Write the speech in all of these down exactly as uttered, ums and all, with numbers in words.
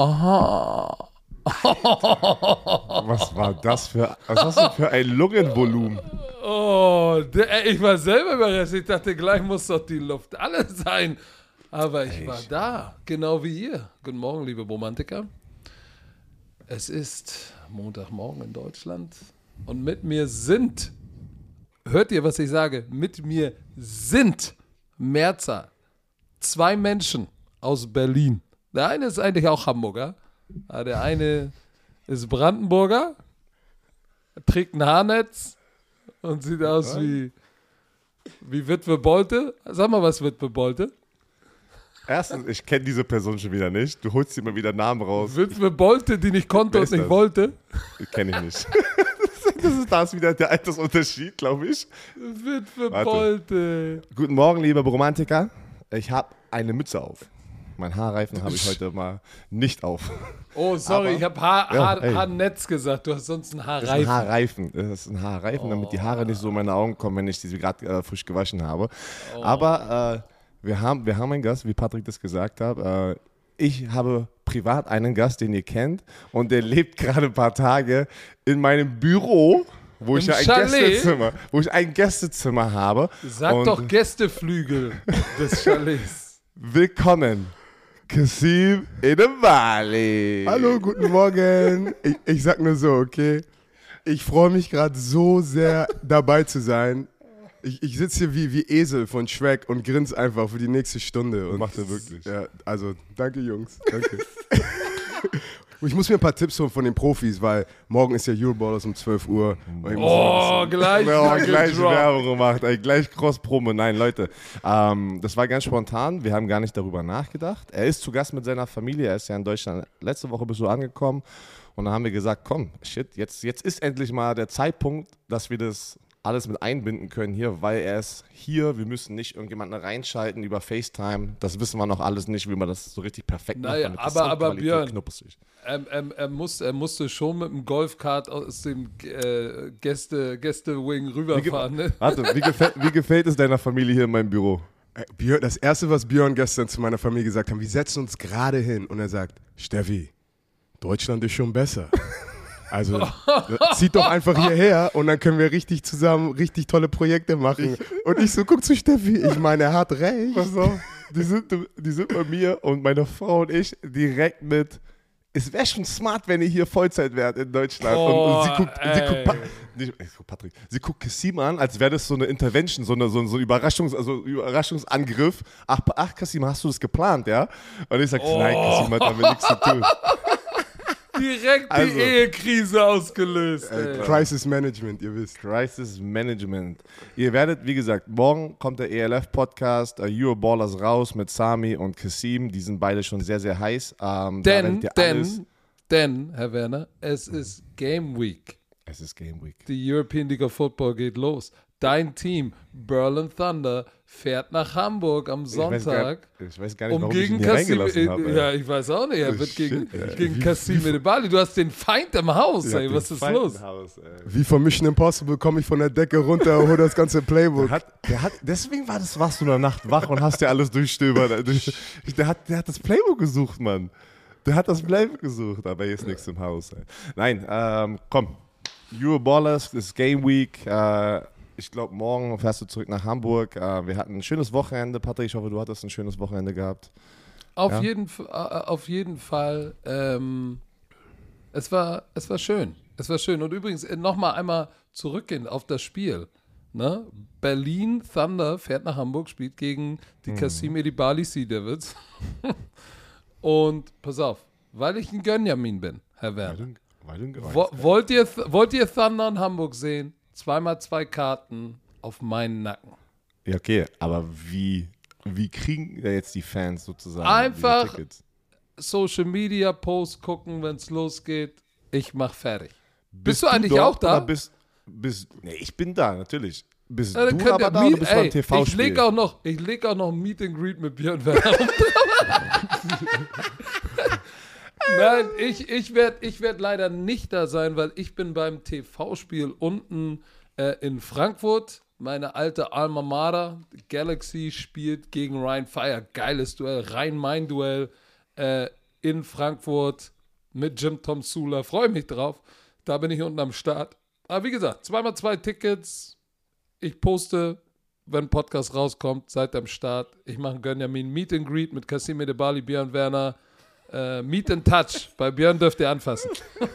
Aha. Was war das für, was hast du für ein Lungenvolumen? Oh, der, ich war selber überrascht. Ich dachte, gleich muss doch die Luft alle sein. Aber ich war da, genau wie ihr. Guten Morgen, liebe Romantiker. Es ist Montagmorgen in Deutschland und mit mir sind, hört ihr, was ich sage? Mit mir sind Mehrzahl, zwei Menschen aus Berlin. Der eine ist eigentlich auch Hamburger, aber der eine ist Brandenburger, trägt ein Haarnetz und sieht aus wie, wie Witwe Bolte. Sag mal, was Witwe Bolte? Erstens, ich kenne diese Person schon wieder nicht. Du holst immer wieder Namen raus. Witwe Bolte, die nicht konnte und nicht das? wollte. Kenne ich nicht. Das ist das wieder der Altersunterschied, glaube ich. Witwe Bolte. Guten Morgen, liebe Romantiker. Ich habe eine Mütze auf. Mein Haarreifen habe ich heute mal nicht auf. Oh, sorry, Aber, ich habe Haar, ja, Haar, Haarnetz gesagt. Du hast sonst einen Haarreifen. Das ist ein Haarreifen. Das ist ein Haarreifen, oh. damit die Haare nicht so in meine Augen kommen, wenn ich sie gerade äh, frisch gewaschen habe. Oh. Aber äh, Wir haben, wir haben einen Gast, wie Patrick das gesagt hat. Äh, ich habe privat einen Gast, den ihr kennt. Und der lebt gerade ein paar Tage in meinem Büro, wo ich, ja ein Gästezimmer, wo ich ein Gästezimmer habe. Sag und doch Gästeflügel des Chalets. Willkommen, Kasim Edebali. Hallo, guten Morgen. Ich, ich sag nur so, okay? Ich freue mich gerade so sehr, dabei zu sein. Ich, ich sitze hier wie, wie Esel von Shrek und grinse einfach für die nächste Stunde. Und macht er wirklich. Ja, also, danke Jungs, danke. Ich muss mir ein paar Tipps holen von den Profis, weil morgen ist ja Euroballers um zwölf Uhr. Oh, gleich, ja, gleich Werbung gemacht, ey, gleich Cross-Promo. Nein, Leute, ähm, das war ganz spontan. Wir haben gar nicht darüber nachgedacht. Er ist zu Gast mit seiner Familie. Er ist ja in Deutschland. Letzte Woche bist du angekommen. Und dann haben wir gesagt, komm, shit, jetzt, jetzt ist endlich mal der Zeitpunkt, dass wir das alles mit einbinden können hier, weil er ist hier, wir müssen nicht irgendjemanden reinschalten über FaceTime, das wissen wir noch alles nicht, wie man das so richtig perfekt naja, macht. Aber, aber Björn, ähm, ähm, er, muss, er musste schon mit dem Golfkart aus dem äh, Gäste, Gäste-Wing rüberfahren. Wie, ne? Warte, wie gefällt, wie gefällt es deiner Familie hier in meinem Büro? Björn, das Erste, was Björn gestern zu meiner Familie gesagt hat, wir setzen uns gerade hin und er sagt, Steffi, Deutschland ist schon besser. Also zieht doch einfach hierher und dann können wir richtig zusammen richtig tolle Projekte machen. Und ich so, guck zu Steffi, ich meine, er hat recht. Pass auf, die sind, die sind bei mir und meine Frau und ich direkt mit, es wäre schon smart, wenn ihr hier Vollzeit wärt in Deutschland. Oh, und, und sie guckt, sie guckt, pa- nicht, ich guck Patrick, sie guckt Kasim an, als wäre das so eine Intervention, so, eine, so, so ein Überraschungs, also Überraschungsangriff. Ach, ach Kasim, hast du das geplant, ja? Und ich sag, oh. Nein, Kasim hat damit nichts zu tun. Direkt also, die Ehekrise ausgelöst. Äh, Crisis Management, ihr wisst. Crisis Management. Ihr werdet, wie gesagt, morgen kommt der E L F-Podcast, uh, Euroballers raus mit Sami und Kasim. Die sind beide schon sehr, sehr heiß. Ähm, denn, denn, denn, Herr Werner, es ist Game Week. Es ist Game Week. Die European League of Football geht los. Dein Team, Berlin Thunder, fährt nach Hamburg am Sonntag. Ich weiß gar, ich weiß gar nicht, um warum gegen ich ihn Kasim, reingelassen habe. Ja, ich weiß auch nicht. Er wird Shit, gegen, ey. gegen Kasim Edebali. Du hast den Feind im Haus, ja, ey. Was ist Feind los? Im Haus, ey. Wie von Mission Impossible komme ich von der Decke runter und hole das ganze Playbook. Der hat, der hat, deswegen war das, warst du in der Nacht wach und hast dir alles durchstöbert. Der hat, der hat das Playbook gesucht, Mann. Der hat das Playbook gesucht, aber hier ist nichts im Haus. Ey. Nein, ähm, komm. Euroballers, ist Game Week. Äh, Ich glaube, morgen fährst du zurück nach Hamburg. Uh, wir hatten ein schönes Wochenende. Patrick, ich hoffe, du hattest ein schönes Wochenende gehabt. Auf, ja? jeden, äh, auf jeden Fall. Ähm, es, war, es war schön. Es war schön. Und übrigens, nochmal einmal zurückgehen auf das Spiel. Ne? Berlin Thunder fährt nach Hamburg, spielt gegen die hm. Kasim Edebali Sea Devils. Und pass auf, weil ich ein Gönjamin bin, Herr Werner. Weil du, weil du Wo, wollt, ihr, wollt ihr Thunder in Hamburg sehen? Zweimal zwei Karten auf meinen Nacken. Ja, okay, aber wie, wie kriegen jetzt die Fans sozusagen einfach diese Tickets? Social Media Post gucken, wenn es losgeht. Ich mach fertig. Bist, bist du, du eigentlich dort, auch da? Oder bist, bist, nee, ich bin da, natürlich. Bist ja, du aber da oder bist du beim T V-Spiel? Ich leg auch noch, ich leg auch noch ein Meet and Greet mit Björn Werner. Nein, ich, ich werde ich werd leider nicht da sein, weil ich bin beim T V-Spiel unten äh, in Frankfurt. Meine alte Alma Mater, Galaxy, spielt gegen Rhein-Fire. Geiles Duell, Rhein-Main-Duell. Äh, in Frankfurt mit Jim Tom Sula. Freue mich drauf. Da bin ich unten am Start. Aber wie gesagt, zweimal zwei Tickets. Ich poste, wenn ein Podcast rauskommt, seid am Start. Ich mache einen Gönjamin Meet and Greet mit Kassim Edebali, Björn Werner. Äh, Meet and Touch. Bei Björn dürft ihr anfassen.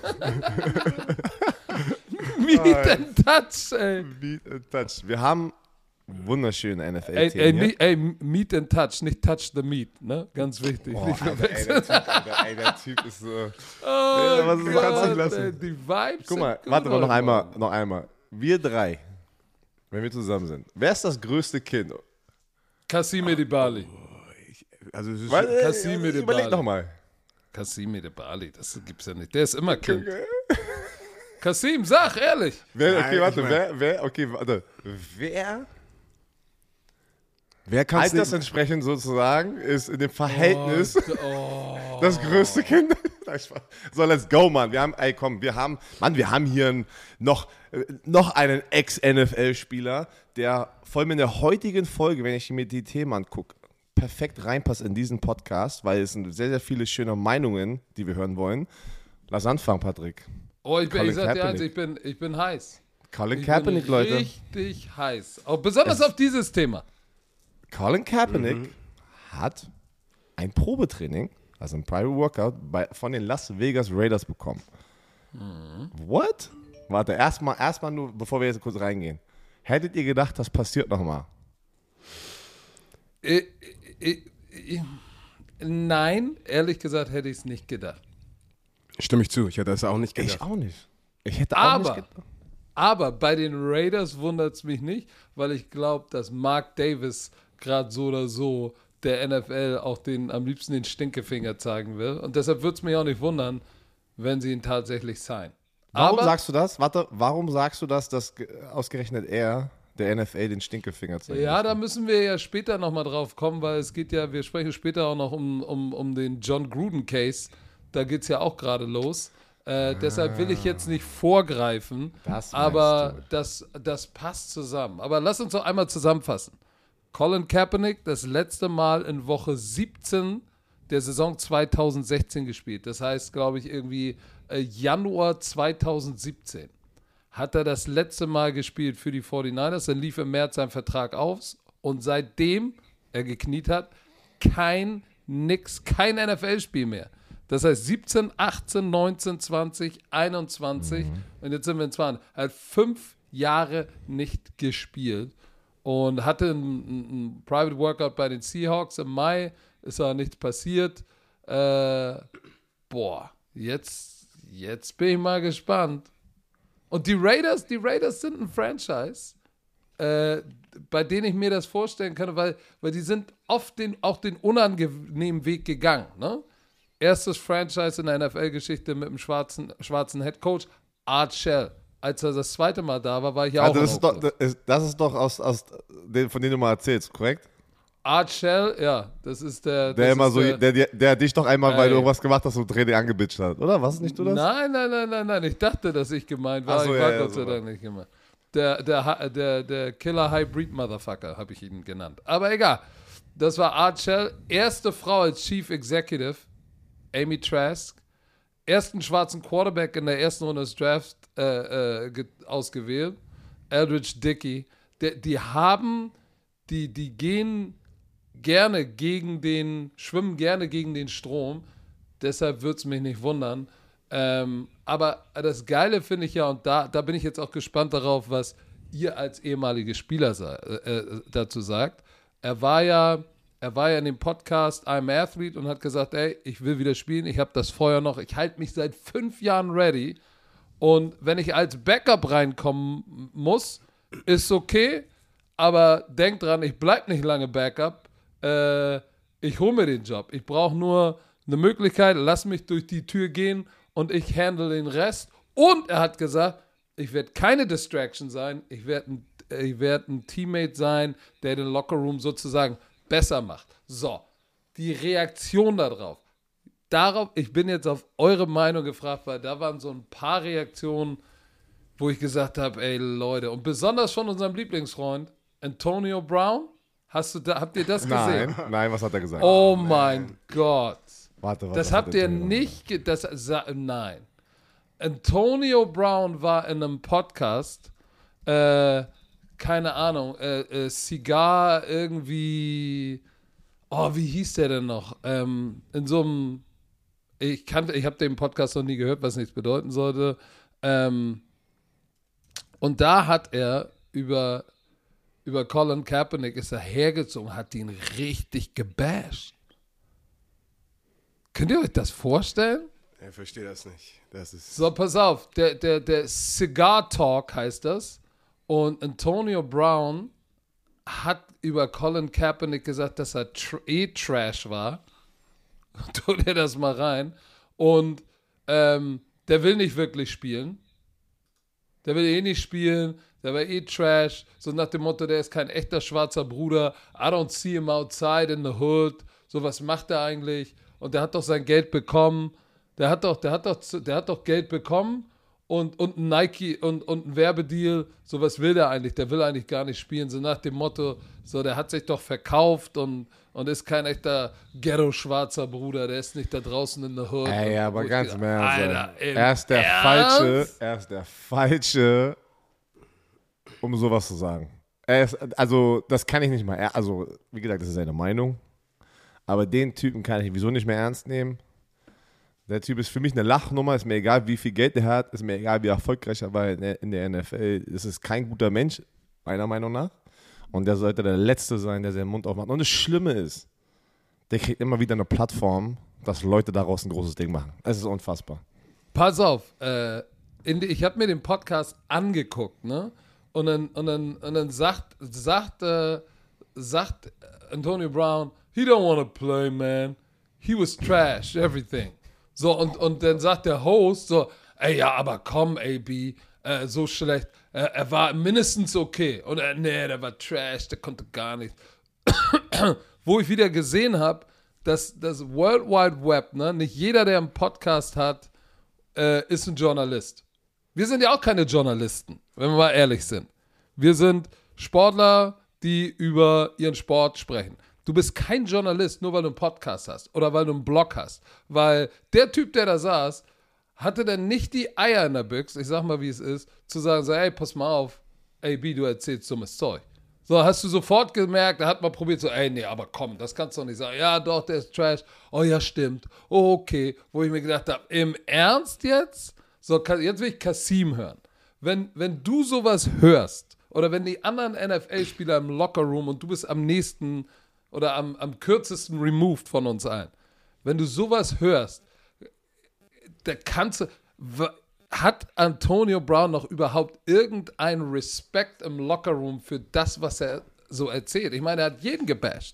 Meet and Touch, ey. Meet and Touch. Wir haben wunderschöne N F Ey, L-Themen ey, hier. nicht, ey, Meet and Touch, nicht Touch the Meat, ne? Ganz wichtig. Oh, nicht Alter, ey, der typ, Alter, ey, der Typ ist so... Oh was ist- Gott, kannst nicht lassen. ey, die Vibes Guck mal, sind gut warte mal noch heute einmal, Morgen. noch einmal. Wir drei, wenn wir zusammen sind, wer ist das größte Kind? Kassim Edebali. Also es ist Weil, äh, Kassim Edebali. Überleg noch mal. Kassim Edebali, das gibt's ja nicht. Der ist immer Kind. Kassim, sag ehrlich. Wer, Nein, okay, ich warte, mein- wer, wer, okay, warte. Wer, wer kann es nicht... altersentsprechend sozusagen, ist in dem Verhältnis Oh, das größte Kind? So, let's go, Mann. Wir haben, ey, komm, wir haben, Mann, wir haben hier einen, noch, äh, noch einen Ex-N F L-Spieler, der vor allem in der heutigen Folge, wenn ich mir die Themen angucke, perfekt reinpasst in diesen Podcast, weil es sind sehr, sehr viele schöne Meinungen, die wir hören wollen. Lass anfangen, Patrick. oh ich, bin, Colin ich sag dir eins, Kaepernick. ich bin, ich bin heiß. Colin Ich Kaepernick, bin Leute. richtig heiß. Auch besonders Es- auf dieses Thema. Colin Kaepernick Mhm. hat ein Probetraining, also ein Private Workout, bei, von den Las Vegas Raiders bekommen. Mhm. What? Warte, erstmal erstmal nur, bevor wir jetzt kurz reingehen. Hättet ihr gedacht, das passiert nochmal? Ich, ich, ich, nein, ehrlich gesagt hätte ich es nicht gedacht. Stimme ich zu, ich hätte das auch nicht gedacht. Ich auch nicht. Ich hätte auch nicht Aber, gedacht. aber bei den Raiders wundert es mich nicht, weil ich glaube, dass Mark Davis gerade so oder so der N F L auch den am liebsten den Stinkefinger zeigen will. Und deshalb würde es mich auch nicht wundern, wenn sie ihn tatsächlich sein. Warum aber, sagst du das? Warte, warum sagst du das, dass ge- ausgerechnet er der N F L den Stinkefinger zeigt? Ja, da müssen wir ja später nochmal drauf kommen, weil es geht ja, wir sprechen später auch noch um, um, um den John Gruden-Case. Da geht es ja auch gerade los. Äh, deshalb will ich jetzt nicht vorgreifen, Das meinst aber du. das, das passt zusammen. Aber lass uns doch einmal zusammenfassen. Colin Kaepernick das letzte Mal in Woche siebzehn der Saison zwanzig sechzehn gespielt. Das heißt, glaube ich, irgendwie äh, Januar zwanzig siebzehn hat er das letzte Mal gespielt für die forty-niners. Dann lief im März sein Vertrag aus und seitdem er gekniet hat, kein nix, kein N F L-Spiel mehr. Das heißt siebzehn, achtzehn, neunzehn, zwanzig, einundzwanzig und jetzt sind wir in zwanzig. Er hat fünf Jahre nicht gespielt und hatte ein, ein Private Workout bei den Seahawks. Im Mai ist da nichts passiert. Äh, boah, jetzt, jetzt bin ich mal gespannt. Und die Raiders, die Raiders sind ein Franchise, äh, bei denen ich mir das vorstellen kann, weil, weil die sind oft den, auch den unangenehmen Weg gegangen. Ne? Erstes Franchise in der N F L-Geschichte mit einem schwarzen, schwarzen Headcoach, Art Shell. Als er das zweite Mal da war, war ich ja Also auch das in ist doch, Oakland. das ist, das ist doch aus, aus den, von denen du mal erzählst, korrekt? Art Shell, ja, das ist der. Der das immer ist so, der, der, der, der dich doch einmal, weil Ey. du irgendwas gemacht hast, so Training angebitscht hat, oder? Was nicht du das? Nein, nein, nein, nein, nein. Ich dachte, dass ich gemeint war. Ach so, ich ja, war ja, Gott sei so Dank nicht gemeint. Der, der, Ha- der, der Killer Hybrid Motherfucker habe ich ihn genannt. Aber egal. Das war Art Shell. Erste Frau als Chief Executive, Amy Trask. Ersten schwarzen Quarterback in der ersten Runde des Drafts äh, äh, ge- ausgewählt. Eldridge Dickey. Der, die haben, die, die gehen gerne gegen den, schwimmen gerne gegen den Strom. Deshalb würde es mich nicht wundern. Ähm, aber das Geile finde ich ja, und da, da bin ich jetzt auch gespannt darauf, was ihr als ehemalige Spieler sa- äh, dazu sagt. Er war ja, er war ja in dem Podcast I'm an Athlete und hat gesagt, ey, ich will wieder spielen, ich habe das Feuer noch, ich halte mich seit fünf Jahren ready. Und wenn ich als Backup reinkommen muss, ist okay, aber denk dran, ich bleibe nicht lange Backup. Äh, ich hole mir den Job. Ich brauche nur eine Möglichkeit, lass mich durch die Tür gehen und ich handle den Rest. Und er hat gesagt, ich werde keine Distraction sein, ich werde ein, ich werd ein Teammate sein, der den Lockerroom sozusagen besser macht. So, die Reaktion darauf. Darauf, ich bin jetzt auf eure Meinung gefragt, weil da waren so ein paar Reaktionen, wo ich gesagt habe, ey Leute, und besonders von unserem Lieblingsfreund Antonio Brown, hast du da, habt ihr das gesehen? Nein, nein, was hat er gesagt? Oh mein Gott. Warte, warte. Das habt ihr nicht, ge- das, sa- nein. Antonio Brown war in einem Podcast, äh, keine Ahnung, äh, äh, Cigar irgendwie, oh, wie hieß der denn noch? Ähm, in so einem, ich kannte, ich habe den Podcast noch nie gehört, was nichts bedeuten sollte. Ähm, und da hat er über, über Colin Kaepernick ist er hergezogen, hat ihn richtig gebasht. Könnt ihr euch das vorstellen? Ich verstehe das nicht. Das ist So, pass auf, der, der, der Cigar Talk heißt das. Und Antonio Brown hat über Colin Kaepernick gesagt, dass er tr- eh Trash war. Tu dir das mal rein. Und ähm, der will nicht wirklich spielen. Der will eh nicht spielen. Der war eh Trash. So nach dem Motto, der ist kein echter schwarzer Bruder. I don't see him outside in the hood. So, was macht er eigentlich? Und der hat doch sein Geld bekommen. Der hat doch, der hat doch, der hat doch Geld bekommen und, und ein Nike und, und ein Werbedeal. So, was will der eigentlich? Der will eigentlich gar nicht spielen. So nach dem Motto, so, der hat sich doch verkauft und, und ist kein echter Ghetto-schwarzer Bruder. Der ist nicht da draußen in der Hood. Ey, Und aber wo ich ganz gedacht, im Ernst. Alter, ey. im er ist der Ernst? Falsche, er ist der Falsche, um sowas zu sagen. Er ist, also, das kann ich nicht mal, er- also, wie gesagt, das ist seine Meinung, aber den Typen kann ich wieso nicht mehr ernst nehmen. Der Typ ist für mich eine Lachnummer, ist mir egal, wie viel Geld er hat, ist mir egal, wie erfolgreich er war in der, in der N F L. Es ist kein guter Mensch, meiner Meinung nach. Und der sollte der Letzte sein, der seinen Mund aufmacht. Und das Schlimme ist, der kriegt immer wieder eine Plattform, dass Leute daraus ein großes Ding machen. Es ist unfassbar. Pass auf, äh, in die, ich habe mir den Podcast angeguckt, ne? Und dann, und dann, und dann sagt, sagt, äh, sagt Antonio Brown, he don't want to play, man. He was trash, everything. So, und, und dann sagt der Host so, ey, ja, aber komm, A B, äh, so schlecht. Äh, er war mindestens okay. Und er, nee, der war trash, der konnte gar nichts. Wo ich wieder gesehen habe, dass das World Wide Web, ne, nicht jeder, der einen Podcast hat, äh, ist ein Journalist. Wir sind ja auch keine Journalisten, wenn wir mal ehrlich sind. Wir sind Sportler, die über ihren Sport sprechen. Du bist kein Journalist, nur weil du einen Podcast hast oder weil du einen Blog hast. Weil der Typ, der da saß, hatte dann nicht die Eier in der Büchse, ich sag mal, wie es ist, zu sagen, so, ey, pass mal auf, A B, du erzählst dummes Zeug. So, hast du sofort gemerkt, er hat mal probiert, so, ey, nee, aber komm, das kannst du doch nicht sagen. Ja, doch, der ist Trash. Oh ja, stimmt. Oh, okay. Wo ich mir gedacht habe, im Ernst jetzt? So, jetzt will ich Kasim hören. Wenn, wenn du sowas hörst, oder wenn die anderen N F L-Spieler im Lockerroom und du bist am nächsten oder am, am kürzesten removed von uns allen, wenn du sowas hörst, da kannst du, w- hat Antonio Brown noch überhaupt irgendeinen Respekt im Lockerroom für das, was er so erzählt? Ich meine, er hat jeden gebasht.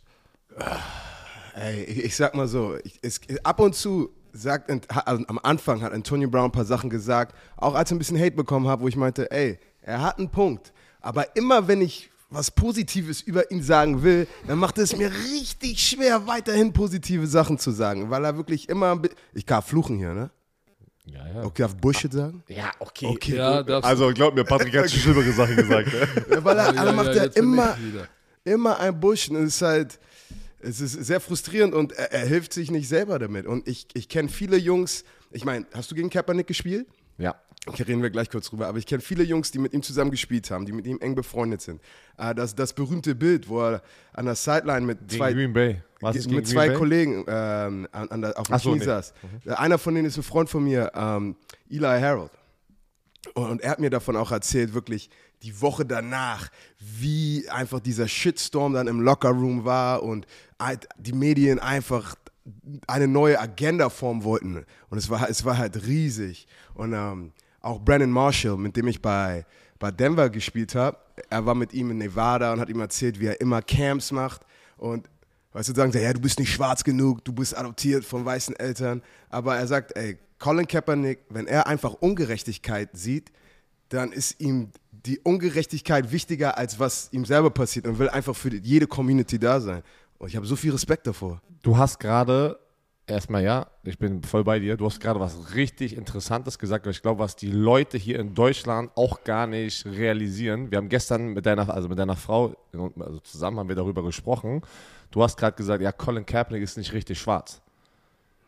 Ey, ich, ich sag mal so, ich, es, ab und zu sagt, also am Anfang hat Antonio Brown ein paar Sachen gesagt, auch als ich ein bisschen Hate bekommen habe, wo ich meinte, ey, er hat einen Punkt, aber immer wenn ich was Positives über ihn sagen will, dann macht es mir richtig schwer, weiterhin positive Sachen zu sagen, weil er wirklich immer, ein bi- ich kann fluchen hier, ne? Ja, ja. Okay, darf Bullshit sagen? Ja, okay. Okay, Ja, gut. darfst Also, glaub mir, Patrick hat schon schlimmere Sachen gesagt. Ja, weil er, Ja, alle ja, macht ja, er jetzt bin immer, ich wieder. immer ein Bullshit und es ist halt, es ist sehr frustrierend und er, er hilft sich nicht selber damit. Und ich, ich kenne viele Jungs, ich meine, hast du gegen Kaepernick gespielt? Ja. Okay, reden wir gleich kurz drüber, aber ich kenne viele Jungs, die mit ihm zusammen gespielt haben, die mit ihm eng befreundet sind. Äh, das, das berühmte Bild, wo er an der Sideline mit Gegen zwei, Green Bay. Was ist gegen mit Green zwei Bay? Kollegen ähm, an, an der, auf dem Ach so, Knie nee. saß. Äh, Einer von denen ist ein Freund von mir, ähm, Eli Harold. Und er hat mir davon auch erzählt, wirklich die Woche danach, wie einfach dieser Shitstorm dann im Lockerroom war und halt die Medien einfach eine neue Agenda formen wollten. Und es war, es war halt riesig. Und ähm, auch Brandon Marshall, mit dem ich bei, bei Denver gespielt habe, er war mit ihm in Nevada und hat ihm erzählt, wie er immer Camps macht. Und weißt du, sagen sie, ja, du bist nicht schwarz genug, du bist adoptiert von weißen Eltern. Aber er sagt, ey, Colin Kaepernick, wenn er einfach Ungerechtigkeit sieht, dann ist ihm die Ungerechtigkeit wichtiger, als was ihm selber passiert und will einfach für jede Community da sein. Und ich habe so viel Respekt davor. Du hast gerade, erstmal ja, ich bin voll bei dir, du hast gerade was richtig Interessantes gesagt, aber ich glaube, was die Leute hier in Deutschland auch gar nicht realisieren. Wir haben gestern mit deiner, also mit deiner Frau, also zusammen haben wir darüber gesprochen. Du hast gerade gesagt, ja, Colin Kaepernick ist nicht richtig schwarz.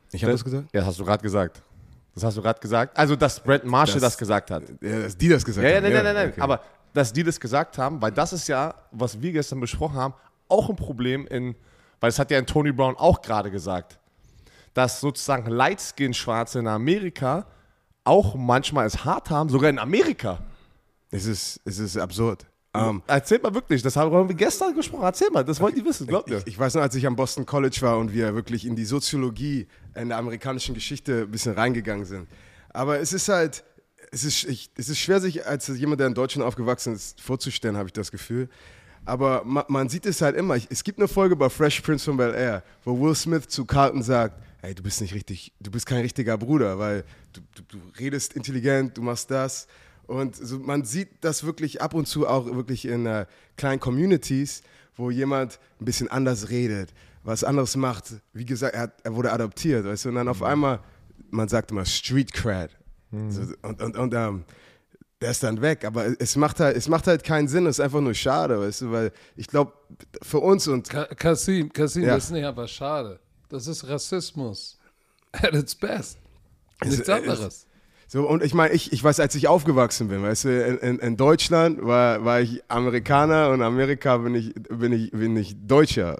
Ich habe das gesagt? Ja, das hast du gerade gesagt. Das hast du gerade gesagt. Also, dass Brad Marshall das, das gesagt hat. Ja, dass die das gesagt ja, ja, haben. Nein, ja, nein, nein, okay. nein. Aber dass die das gesagt haben, weil das ist ja, was wir gestern besprochen haben, auch ein Problem in, weil es hat ja Tony Brown auch gerade gesagt, dass sozusagen Lightskin-Schwarze in Amerika auch manchmal es hart haben, sogar in Amerika. Es ist, es ist absurd. Um, Erzähl mal wirklich, das haben wir gestern gesprochen. Erzähl mal, das wollt ihr wissen, glaubt ihr. Ich, ich weiß noch, als ich am Boston College war und wir wirklich in die Soziologie in der amerikanischen Geschichte ein bisschen reingegangen sind. Aber es ist halt, es ist, ich, es ist schwer, sich als jemand, der in Deutschland aufgewachsen ist, vorzustellen, habe ich das Gefühl. Aber man, man sieht es halt immer. Ich, es gibt eine Folge bei Fresh Prince von Bel-Air, wo Will Smith zu Carlton sagt, hey, du bist nicht richtig, du bist kein richtiger Bruder, weil du, du, du redest intelligent, du machst das. Und so, man sieht das wirklich ab und zu auch wirklich in äh, kleinen Communities, wo jemand ein bisschen anders redet, was anderes macht. Wie gesagt, er, hat, er wurde adoptiert, weißt du, und dann auf einmal, man sagt immer Street Cred. Mhm. So, und und, und ähm, der ist dann weg, aber es macht halt, es macht halt keinen Sinn, es ist einfach nur schade, weißt du, weil ich glaube, für uns und... Ka- Kasim, Kasim, Ja. das ist nicht einfach schade. Das ist Rassismus. At its best. Nichts Es- anderes. es- So, und ich meine, ich, ich weiß, als ich aufgewachsen bin, weißt du, in, in, in Deutschland war, war ich Amerikaner und in Amerika bin ich, bin ich, bin ich Deutscher.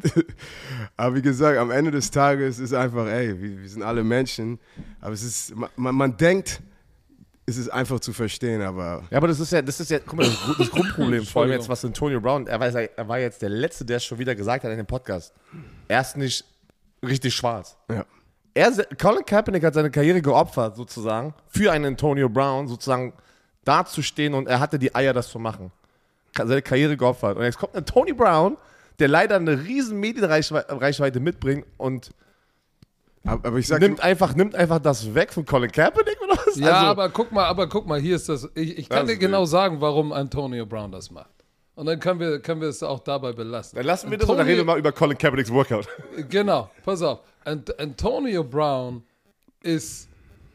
Aber wie gesagt, am Ende des Tages ist einfach, ey, wir, wir sind alle Menschen. Aber es ist, man, man denkt, es ist einfach zu verstehen, aber... Ja, aber das ist ja, das ist ja, guck mal, das, Grund- das Grundproblem, vor allem jetzt, Entschuldigung. was Antonio Brown, er war, er war jetzt der Letzte, der es schon wieder gesagt hat in dem Podcast. Er ist nicht richtig schwarz. Ja. Er, Colin Kaepernick hat seine Karriere geopfert, sozusagen, für einen Antonio Brown, sozusagen, dazustehen und er hatte die Eier, das zu machen. Seine Karriere geopfert. Und jetzt kommt ein Tony Brown, der leider eine riesen Medienreichweite mitbringt und Aber, aber ich sag, nimmt einfach, nimmt einfach das weg von Colin Kaepernick oder was? Ja, Also- aber guck mal, aber guck mal, hier ist das. Ich, ich kann Das dir ist genau wild. sagen, warum Antonio Brown das macht. Und dann können wir, können wir es auch dabei belassen. Dann lassen wir das und dann reden wir mal über Colin Kaepernicks Workout. Genau, pass auf. Ant Antonio Brown ist,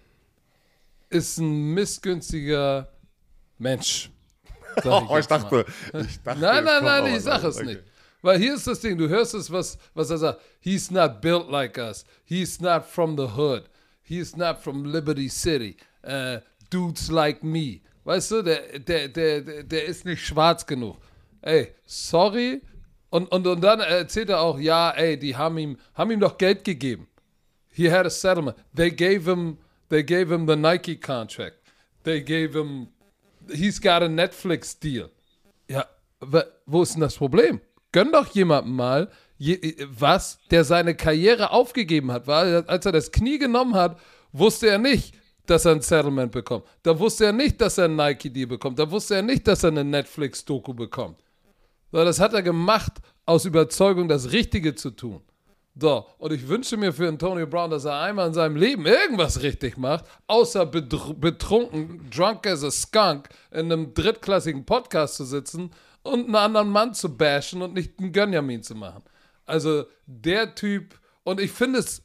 ist ein missgünstiger Mensch. sag Oh, ich jetzt mal. dachte, ich dachte, Nein, jetzt nein, kommt nein, noch ich was sag anderes. es Okay. nicht. Weil hier ist das Ding, du hörst es, was, was er sagt. He's not built like us. He's not from the hood. He's not from Liberty City. Uh, dudes like me. Weißt du, der, der, der, der- der ist nicht schwarz genug. Ey, sorry. Und, und, und dann erzählt er auch, ja, ey, die haben ihm, haben ihm doch Geld gegeben. He had a settlement. They gave him, they gave him the Nike contract. They gave him, he's got a Netflix deal. Ja, wa- wo ist denn das Problem? Gönn doch jemandem mal, je, was, der seine Karriere aufgegeben hat. Weil als er das Knie genommen hat, wusste er nicht, dass er ein Settlement bekommt. Da wusste er nicht, dass er ein Nike-Deal bekommt. Da wusste er nicht, dass er eine Netflix-Doku bekommt. So, das hat er gemacht aus Überzeugung, das Richtige zu tun. So, und ich wünsche mir für Antonio Brown, dass er einmal in seinem Leben irgendwas richtig macht, außer bedr- betrunken, drunk as a skunk, in einem drittklassigen Podcast zu sitzen und einen anderen Mann zu bashen und nicht einen Gönjamin zu machen. Also der Typ, und ich finde es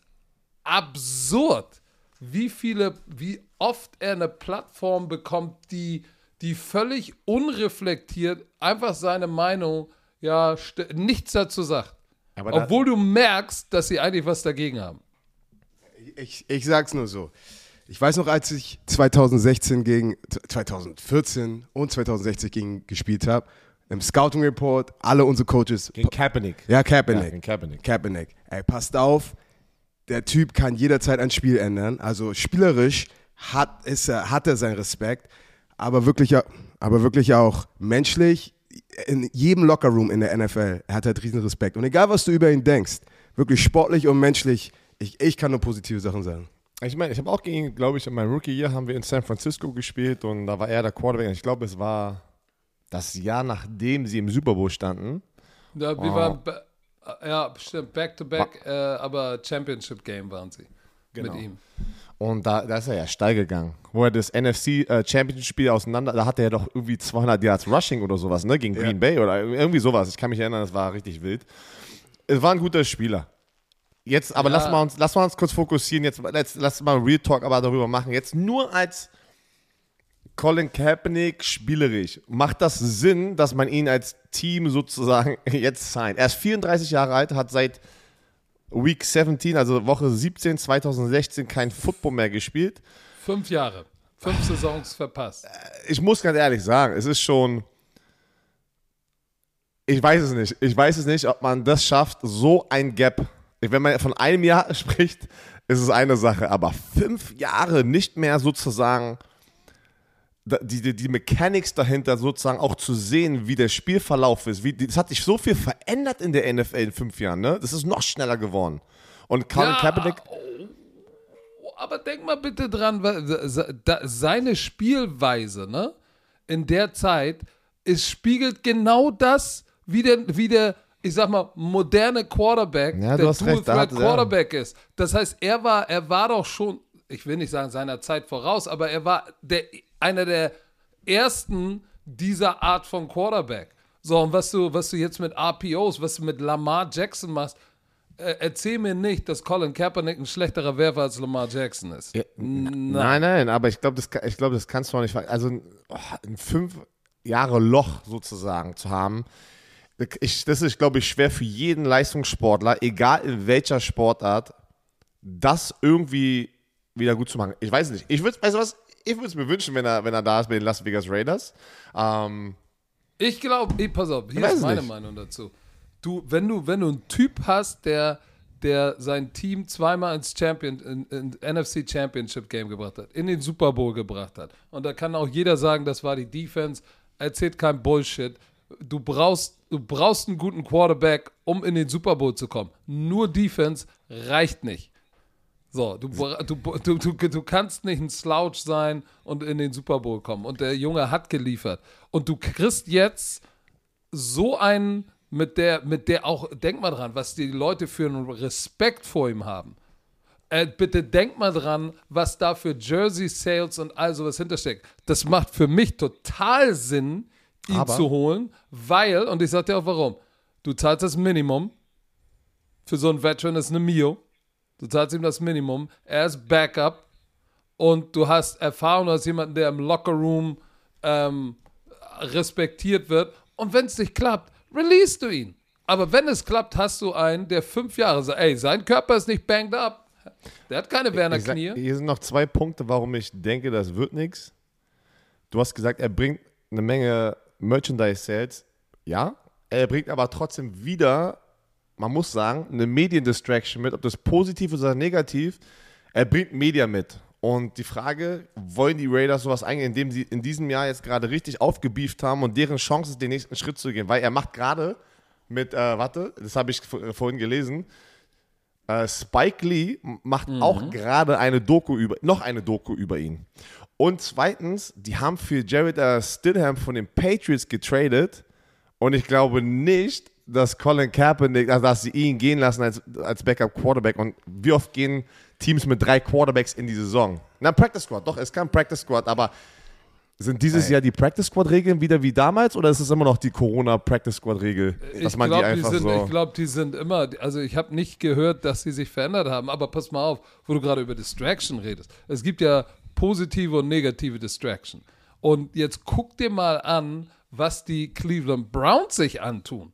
absurd, wie viele, wie oft er eine Plattform bekommt, die, die völlig unreflektiert einfach seine Meinung, ja, st- nichts dazu sagt. Aber da- Obwohl du merkst, dass sie eigentlich was dagegen haben. Ich, ich sag's nur so. Ich weiß noch, als ich zwanzig sechzehn gegen, zwanzig vierzehn und zwanzig sechzehn gegen gespielt habe, im Scouting Report, alle unsere Coaches. Gegen Kaepernick. Ja, Kaepernick. Ja, gegen Kaepernick. Kaepernick. Ey, passt auf, der Typ kann jederzeit ein Spiel ändern. Also spielerisch hat, ist er, hat er seinen Respekt, aber wirklich, aber wirklich auch menschlich. In jedem Lockerroom in der N F L, er hat halt riesen Respekt. Und egal, was du über ihn denkst, wirklich sportlich und menschlich, ich, ich kann nur positive Sachen sagen. Ich meine, ich habe auch gegen, glaube ich, in meinem Rookie-Jahr haben wir in San Francisco gespielt und da war er der Quarterback. Ich glaube, es war das Jahr, nachdem sie im Super Bowl standen. Ja, wir Oh. waren, ba- ja, bestimmt, back-to-back, äh, aber Championship-Game waren sie Genau. mit ihm. Und da, da ist er ja steil gegangen. Wo er das N F C äh, Championship-Spiel auseinander, da hatte er doch irgendwie zweihundert Yards Rushing oder sowas, ne? Gegen Green Ja. Bay oder irgendwie sowas. Ich kann mich erinnern, das war richtig wild. Es war ein guter Spieler. Jetzt, aber Ja. lass mal uns, lass mal uns kurz fokussieren. Jetzt, let's, lass mal Real Talk aber darüber machen. Jetzt nur als Colin Kaepernick spielerisch. Macht das Sinn, dass man ihn als Team sozusagen jetzt signed? Er ist vierunddreißig Jahre alt, hat seit Week siebzehn, also Woche siebzehn zweitausendsechzehn kein Football mehr gespielt. Fünf Jahre, fünf Saisons verpasst. Ich muss ganz ehrlich sagen, es ist schon, ich weiß es nicht, ich weiß es nicht, ob man das schafft, so ein Gap. Wenn man von einem Jahr spricht, ist es eine Sache, aber fünf Jahre nicht mehr sozusagen die, die, die Mechanics dahinter sozusagen auch zu sehen, wie der Spielverlauf ist. Wie, das hat sich so viel verändert in der N F L in fünf Jahren, ne? Das ist noch schneller geworden. Und Colin Ja, Kaepernick... oh, aber denk mal bitte dran, seine Spielweise, ne, in der Zeit, es spiegelt genau das, wie der, wie der, ich sag mal, moderne Quarterback, Ja, du der hast recht, da hat- Dual-Threat-Quarterback ist. Das heißt, er war, er war doch schon, ich will nicht sagen seiner Zeit voraus, aber er war der, einer der ersten dieser Art von Quarterback. So, und was du, was du jetzt mit R P Os, was du mit Lamar Jackson machst, äh, erzähl mir nicht, dass Colin Kaepernick ein schlechterer Werfer als Lamar Jackson ist. Ja, nein, nein, aber ich glaube, das, ka- ich glaub, das kannst du auch nicht. ver- Also oh, ein fünf Jahre Loch sozusagen zu haben, ich, das ist, glaube ich, schwer für jeden Leistungssportler, egal in welcher Sportart, das irgendwie wieder gut zu machen. Ich weiß nicht. Ich würde, weißt du was? Ich würde es mir wünschen, wenn er, wenn er da ist bei den Las Vegas Raiders. Ähm, Ich glaube, pass auf, hier Ich weiß ist es meine nicht. Meinung dazu. Du, wenn du, wenn du einen Typ hast, der, der sein Team zweimal ins Champion, in, in N F C Championship Game gebracht hat, in den Super Bowl gebracht hat, und da kann auch jeder sagen, das war die Defense, erzählt kein Bullshit. Du brauchst, du brauchst einen guten Quarterback, um in den Super Bowl zu kommen. Nur Defense reicht nicht. So, du, du, du, du, du kannst nicht ein Slouch sein und in den Super Bowl kommen. Und der Junge hat geliefert. Und du kriegst jetzt so einen, mit der, mit der auch, denk mal dran, was die Leute für einen Respekt vor ihm haben. Äh, bitte denk mal dran, was da für Jersey-Sales und all sowas hintersteckt. Das macht für mich total Sinn, ihn Aber- zu holen, weil, und ich sag dir auch warum, du zahlst das Minimum, für so einen Veteran ist eine Mio, du zahlst ihm das Minimum, er ist Backup und du hast Erfahrung, du hast jemanden, der im Lockerroom ähm, respektiert wird, und wenn es nicht klappt, release du ihn. Aber wenn es klappt, hast du einen, der fünf Jahre sagt, ey, sein Körper ist nicht banged up, der hat keine Werner ich sag, Knie. hier sind noch zwei Punkte, warum ich denke, das wird nichts. Du hast gesagt, er bringt eine Menge Merchandise-Sales. Ja, er bringt aber trotzdem wieder, man muss sagen, eine Mediendistraction mit, ob das positiv ist oder negativ. Er bringt Media mit. Und die Frage, wollen die Raiders sowas eingehen, indem sie in diesem Jahr jetzt gerade richtig aufgebieft haben und deren Chance ist, den nächsten Schritt zu gehen? Weil er macht gerade mit, äh, warte, das habe ich v- vorhin gelesen, äh, Spike Lee macht auch gerade eine Doku über, noch eine Doku über ihn. Und zweitens, die haben für Jared äh, Stidham von den Patriots getradet und ich glaube nicht, dass Colin Kaepernick, also dass sie ihn gehen lassen als, als Backup-Quarterback. Und wie oft gehen Teams mit drei Quarterbacks in die Saison? Na, Practice Squad, doch, es kam Practice Squad, aber sind dieses Ey. Jahr die Practice Squad-Regeln wieder wie damals oder ist es immer noch die Corona-Practice Squad-Regel, dass Ich man glaube, die die, einfach sind, so... ich glaub, die sind immer, also ich habe nicht gehört, dass sie sich verändert haben, aber pass mal auf, wo du gerade über Distraction redest. Es gibt ja positive und negative Distraction. Und jetzt guck dir mal an, was die Cleveland Browns sich antun.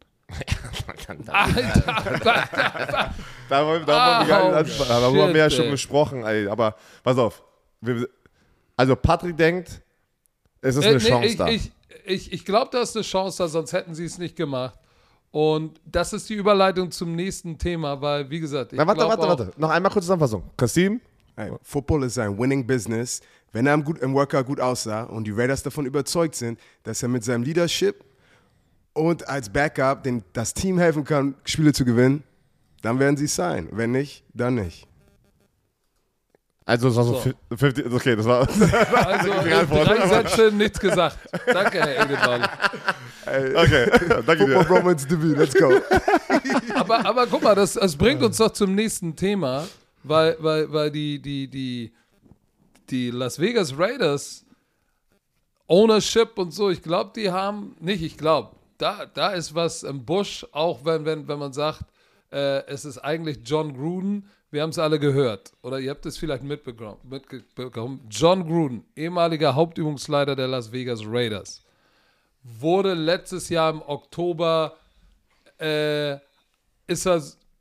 Alter, Da wollen, da wollen wir gar nicht Oh, anfangen. Darüber haben wir ja shit, schon ey. gesprochen, ey. Aber pass auf. Wir, also Patrick denkt, es ist Äh, eine nee, Chance ich, da. Ich, ich, ich glaube, da ist eine Chance da, sonst hätten sie es nicht gemacht. Und das ist die Überleitung zum nächsten Thema, weil, wie gesagt, ich Na, warte, glaub warte, auch, warte. Noch einmal kurz Zusammenfassung. Kasim? Ey, Football ist ein Winning Business. Wenn er im, gut, im Workout gut aussah und die Raiders davon überzeugt sind, dass er mit seinem Leadership und als Backup den, das Team helfen kann, Spiele zu gewinnen, dann werden sie es sein. Wenn nicht, dann nicht. Also, das war so, So. fünfzig, okay, das war. Also, Die äh, Antwort. drei Sätze, nichts gesagt. Danke, Herr Edelmann. Okay, danke Football dir. Bromance Debüt, let's go. Aber, aber guck mal, das, das bringt uns doch zum nächsten Thema, weil, weil, weil die, die, die, die Las Vegas Raiders Ownership und so, ich glaube, die haben, nicht, ich glaube, da, da ist was im Busch, auch wenn, wenn, wenn man sagt, äh, es ist eigentlich John Gruden. Wir haben es alle gehört. Oder ihr habt es vielleicht mitbekommen. mitbekommen. John Gruden, ehemaliger Hauptübungsleiter der Las Vegas Raiders, wurde letztes Jahr im Oktober, äh, ist er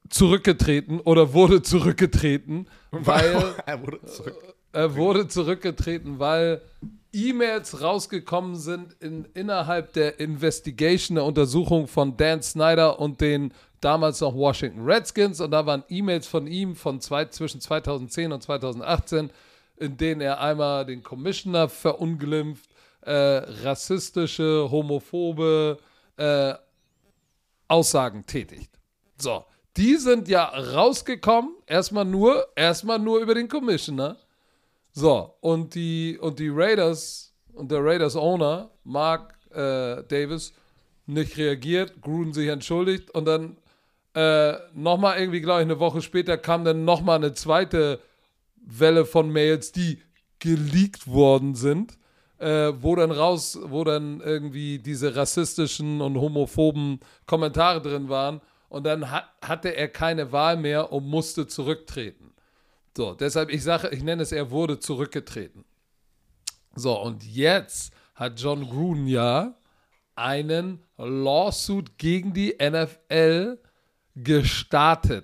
zurückgetreten oder wurde zurückgetreten, weil er wurde zurück. er wurde zurückgetreten, weil E-Mails rausgekommen sind in, innerhalb der Investigation, der Untersuchung von Dan Snyder und den damals noch Washington Redskins. Und da waren E-Mails von ihm von zwei, zwischen zweitausendzehn und zweitausendachtzehn, in denen er einmal den Commissioner verunglimpft, äh, rassistische, homophobe äh, Aussagen tätigt. So, die sind ja rausgekommen, erstmal nur, erstmal nur über den Commissioner. So, und die, und die Raiders und der Raiders-Owner, Mark äh, Davis, nicht reagiert, Gruden sich entschuldigt und dann äh, nochmal irgendwie, glaube ich, eine Woche später kam dann nochmal eine zweite Welle von Mails, die geleakt worden sind, äh, wo dann raus, wo dann irgendwie diese rassistischen und homophoben Kommentare drin waren und dann hat, hatte er keine Wahl mehr und musste zurücktreten. So, deshalb, ich sage, ich nenne es, er wurde zurückgetreten. So, und jetzt hat John Gruden ja einen Lawsuit gegen die N F L gestartet.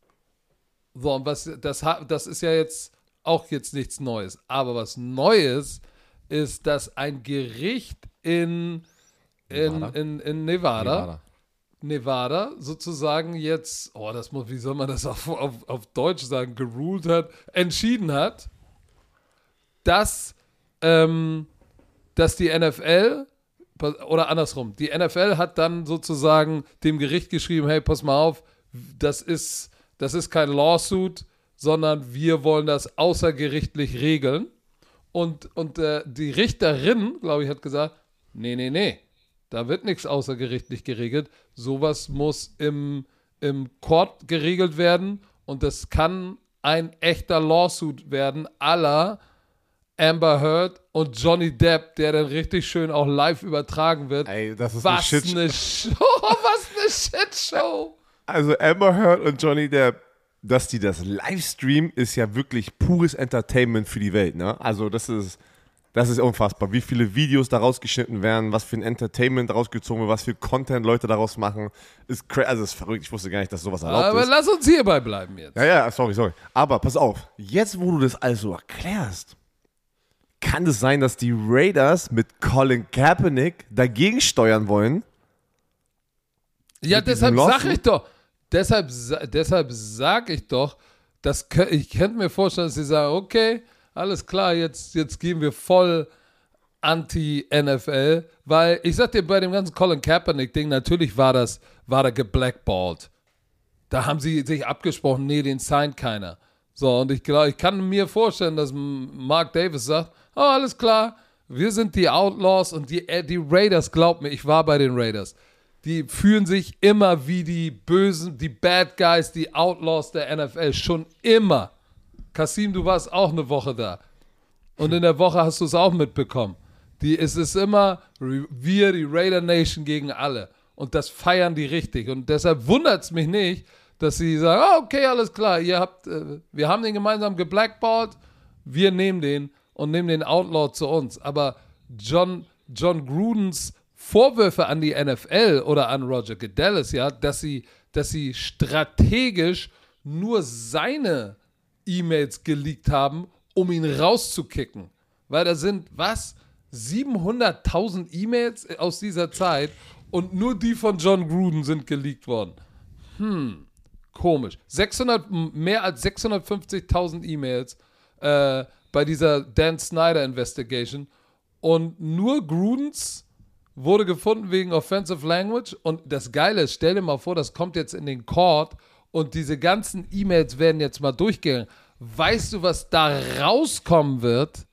So, und was, das, das ist ja jetzt auch jetzt nichts Neues. Aber was Neues ist, dass ein Gericht in, in, Nevada. in, in Nevada, Nevada. Nevada sozusagen jetzt, oh, das muss, wie soll man das auf, auf, auf Deutsch sagen, geruled hat, entschieden hat, dass, ähm, dass die N F L, oder andersrum, die N F L hat dann sozusagen dem Gericht geschrieben, hey, pass mal auf, das ist, das ist kein Lawsuit, sondern wir wollen das außergerichtlich regeln. Und, und äh, die Richterin, glaube ich, hat gesagt, nee, nee, nee, da wird nichts außergerichtlich geregelt. Sowas muss im, im Court geregelt werden und das kann ein echter Lawsuit werden, à la Amber Heard und Johnny Depp, der dann richtig schön auch live übertragen wird. Ey, das ist was eine Shit. eine Show, was eine Shitshow. Also Amber Heard und Johnny Depp, dass die das Livestream ist ja wirklich pures Entertainment für die Welt, ne? Also das ist Das ist unfassbar, wie viele Videos da rausgeschnitten werden, was für ein Entertainment rausgezogen wird, was für Content Leute daraus machen. Ist cra- also ist verrückt, ich wusste gar nicht, dass sowas erlaubt Aber ist. lass uns hierbei bleiben jetzt. Ja, ja, sorry, sorry. Aber pass auf, jetzt wo du das also erklärst, kann es sein, dass die Raiders mit Colin Kaepernick dagegen steuern wollen? Ja, Mit diesem deshalb sag Lawsuit? ich doch, deshalb, sa- deshalb sag ich doch, das, kö- ich könnte mir vorstellen, dass sie sagen, okay, alles klar, jetzt, jetzt gehen wir voll anti-N F L, weil ich sag dir, bei dem ganzen Colin Kaepernick-Ding, natürlich war das, war der geblackballt. Da haben sie sich abgesprochen, nee, den signed keiner. So, und ich glaube, ich kann mir vorstellen, dass M- Mark Davis sagt, oh, alles klar, wir sind die Outlaws und die, äh, die Raiders, glaub mir, ich war bei den Raiders. Die fühlen sich immer wie die Bösen, die Bad Guys, die Outlaws der N F L, schon immer. Kasim, du warst auch eine Woche da. Und in der Woche hast du es auch mitbekommen. Die, es ist immer wir, die Raider Nation gegen alle. Und das feiern die richtig. Und deshalb wundert es mich nicht, dass sie sagen, oh, okay, alles klar, ihr habt, äh, wir haben den gemeinsam geblackballt, wir nehmen den und nehmen den Outlaw zu uns. Aber John, John Grudens Vorwürfe an die N F L oder an Roger Goodell, ja, dass sie, dass sie strategisch nur seine E-Mails geleakt haben, um ihn rauszukicken. Weil da sind, was? siebenhunderttausend E-Mails aus dieser Zeit und nur die von John Gruden sind geleakt worden. Hm, komisch. sechshundert, mehr als sechshundertfünfzigtausend E-Mails äh, bei dieser Dan Snyder Investigation und nur Grudens wurde gefunden wegen Offensive Language und das Geile ist, stell dir mal vor, das kommt jetzt in den Court und diese ganzen E-Mails werden jetzt mal durchgegangen. Weißt du, was da rauskommen wird?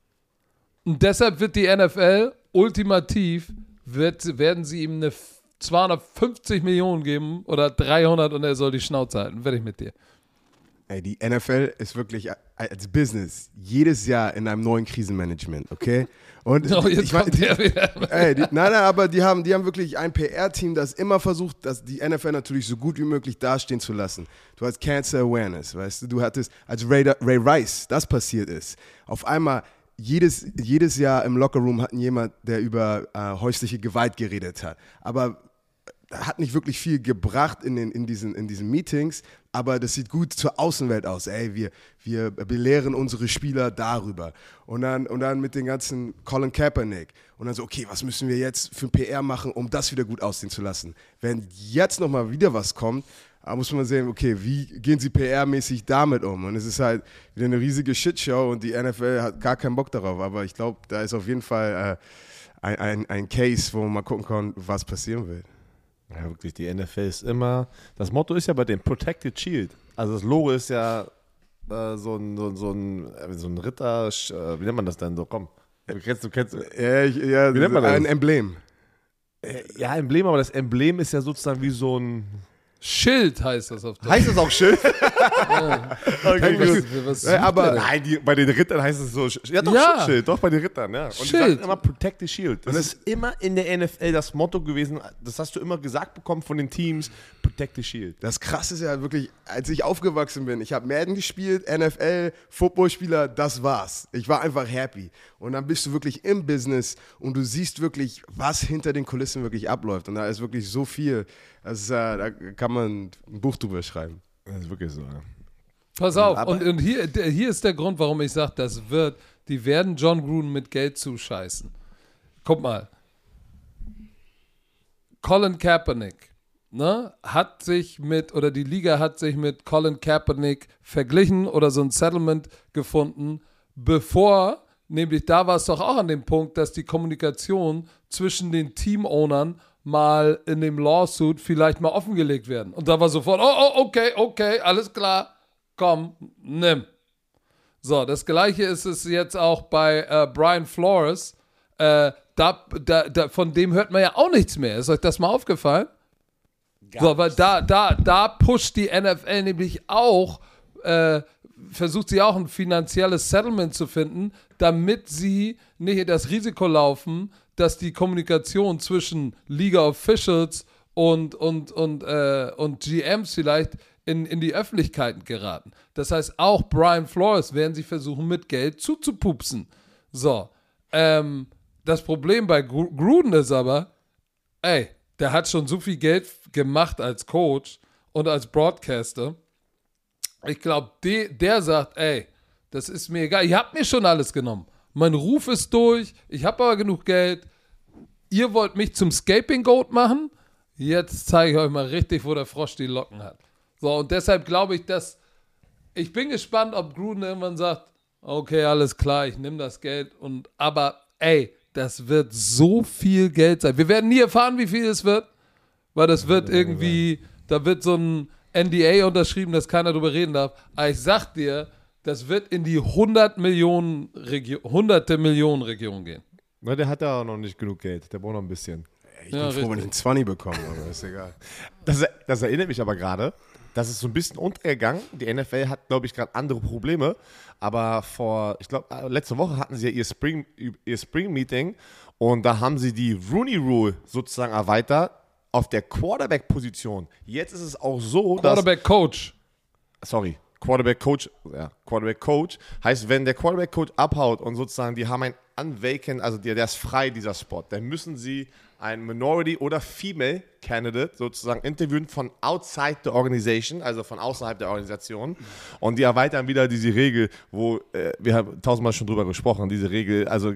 Und deshalb wird die N F L ultimativ, wird, werden sie ihm eine zweihundertfünfzig Millionen geben oder dreihundert und er soll die Schnauze halten. Werde ich mit dir. Ey, die N F L ist wirklich als Business jedes Jahr in einem neuen Krisenmanagement, okay? Und Oh, jetzt ich mein, kommt der wieder. Ey, die, nein, nein, aber die haben, die haben wirklich ein P R-Team, das immer versucht, dass die N F L natürlich so gut wie möglich dastehen zu lassen. Du hast Cancer Awareness, weißt du, du hattest, als Ray, Ray Rice das passiert ist, auf einmal jedes, jedes Jahr im Lockerroom hatten jemand, der über äh, häusliche Gewalt geredet hat. Aber hat nicht wirklich viel gebracht in, den, in, diesen, in diesen Meetings, aber das sieht gut zur Außenwelt aus. Ey, wir, wir belehren unsere Spieler darüber. Und dann, und dann mit den ganzen Colin Kaepernick. Und dann so, okay, was müssen wir jetzt für P R machen, um das wieder gut aussehen zu lassen? Wenn jetzt nochmal wieder was kommt, da muss man sehen, okay, wie gehen sie P R-mäßig damit um? Und es ist halt wieder eine riesige Shitshow und die N F L hat gar keinen Bock darauf. Aber ich glaube, da ist auf jeden Fall äh, ein, ein, ein Case, wo man mal gucken kann, was passieren wird. Ja, wirklich, die N F L ist immer, das Motto ist ja bei dem Protected Shield. Also das Logo ist ja äh, so, ein, so, so, ein, so ein Ritter, äh, wie nennt man das denn so? Komm, du kennst, du kennst. Ja, ich, ja wie nennt man das? Ein Emblem. Äh, ja, Emblem, aber das Emblem ist ja sozusagen wie so ein... Schild heißt das auf Deutsch. Heißt es auch Schild? Ja. Okay, was, was äh, aber nein, die, bei den Rittern heißt es so, ja doch, Ja. Schild, doch bei den Rittern, ja. Und Schild. die sagen immer Protect the Shield. Das ist immer in der N F L das Motto gewesen, das hast du immer gesagt bekommen von den Teams, Protect the Shield. das Krasse ist ja wirklich, als ich aufgewachsen bin, ich habe Madden gespielt, N F L, Footballspieler, das war's. Ich war einfach happy. Und dann bist du wirklich im Business und du siehst wirklich, was hinter den Kulissen wirklich abläuft. Und da ist wirklich so viel, das ist, äh, da kann man ein Buch drüber schreiben. Das ist wirklich so, ja. Pass auf, Aber- und, und hier, der- hier ist der Grund, warum ich sage, das wird, die werden John Gruden mit Geld zuscheißen. Guck mal. Colin Kaepernick, ne, hat sich mit, oder die Liga hat sich mit Colin Kaepernick verglichen oder so ein Settlement gefunden, bevor, nämlich da war es doch auch an dem Punkt, dass die Kommunikation zwischen den Team-Ownern mal in dem Lawsuit vielleicht mal offengelegt werden. Und da war sofort, oh, oh, okay, okay, alles klar, komm, nimm. So, das Gleiche ist es jetzt auch bei äh, Brian Flores. Äh, da, da, da, von dem hört man ja auch nichts mehr. Ist euch das mal aufgefallen? So, weil da, da, da pusht die N F L nämlich auch, äh, versucht sie auch ein finanzielles Settlement zu finden, damit sie nicht das Risiko laufen, dass die Kommunikation zwischen Liga-Officials und, und, und, äh, und G Ms vielleicht in, in die Öffentlichkeit geraten. Das heißt, auch Brian Flores werden sie versuchen, mit Geld zuzupupsen. So, ähm, das Problem bei Gru- Gruden ist aber, ey, der hat schon so viel Geld gemacht als Coach und als Broadcaster. Ich glaube, de, der sagt, ey, das ist mir egal. Ihr habt mir schon alles genommen. Mein Ruf ist durch. Ich habe aber genug Geld. Ihr wollt mich zum Scaping Goat machen? Jetzt zeige ich euch mal richtig, wo der Frosch die Locken hat. So, und deshalb glaube ich, dass ich bin gespannt, ob Gruden irgendwann sagt, okay, alles klar, ich nehme das Geld. Und aber, ey, das wird so viel Geld sein. Wir werden nie erfahren, wie viel es wird, weil das wird irgendwie, da wird so ein N D A unterschrieben, dass keiner drüber reden darf. Aber ich sag dir, das wird in die hundert Millionen Region, hunderte Millionen Region gehen. Na, der hat ja auch noch nicht genug Geld, der braucht noch ein bisschen. Ich Ja, bin froh, wenn ich richtig. einen zwanzig bekomme, aber ist egal. Das, das erinnert mich aber gerade, das ist so ein bisschen untergegangen. Die N F L hat, glaube ich, gerade andere Probleme. Aber vor, ich glaube, letzte Woche hatten sie ja ihr Spring, ihr Spring-Meeting und da haben sie die Rooney Rule sozusagen erweitert auf der Quarterback-Position. Jetzt ist es auch so, dass... Quarterback-Coach. Sorry, Quarterback-Coach, ja, Quarterback-Coach heißt, wenn der Quarterback-Coach abhaut und sozusagen, die haben ein unvacant, also der, der ist frei, dieser Spot, dann müssen sie einen Minority- oder Female-Candidate sozusagen interviewen von outside the organization, also von außerhalb der Organisation. Und die erweitern wieder diese Regel, wo, äh, wir haben tausendmal schon drüber gesprochen, diese Regel, also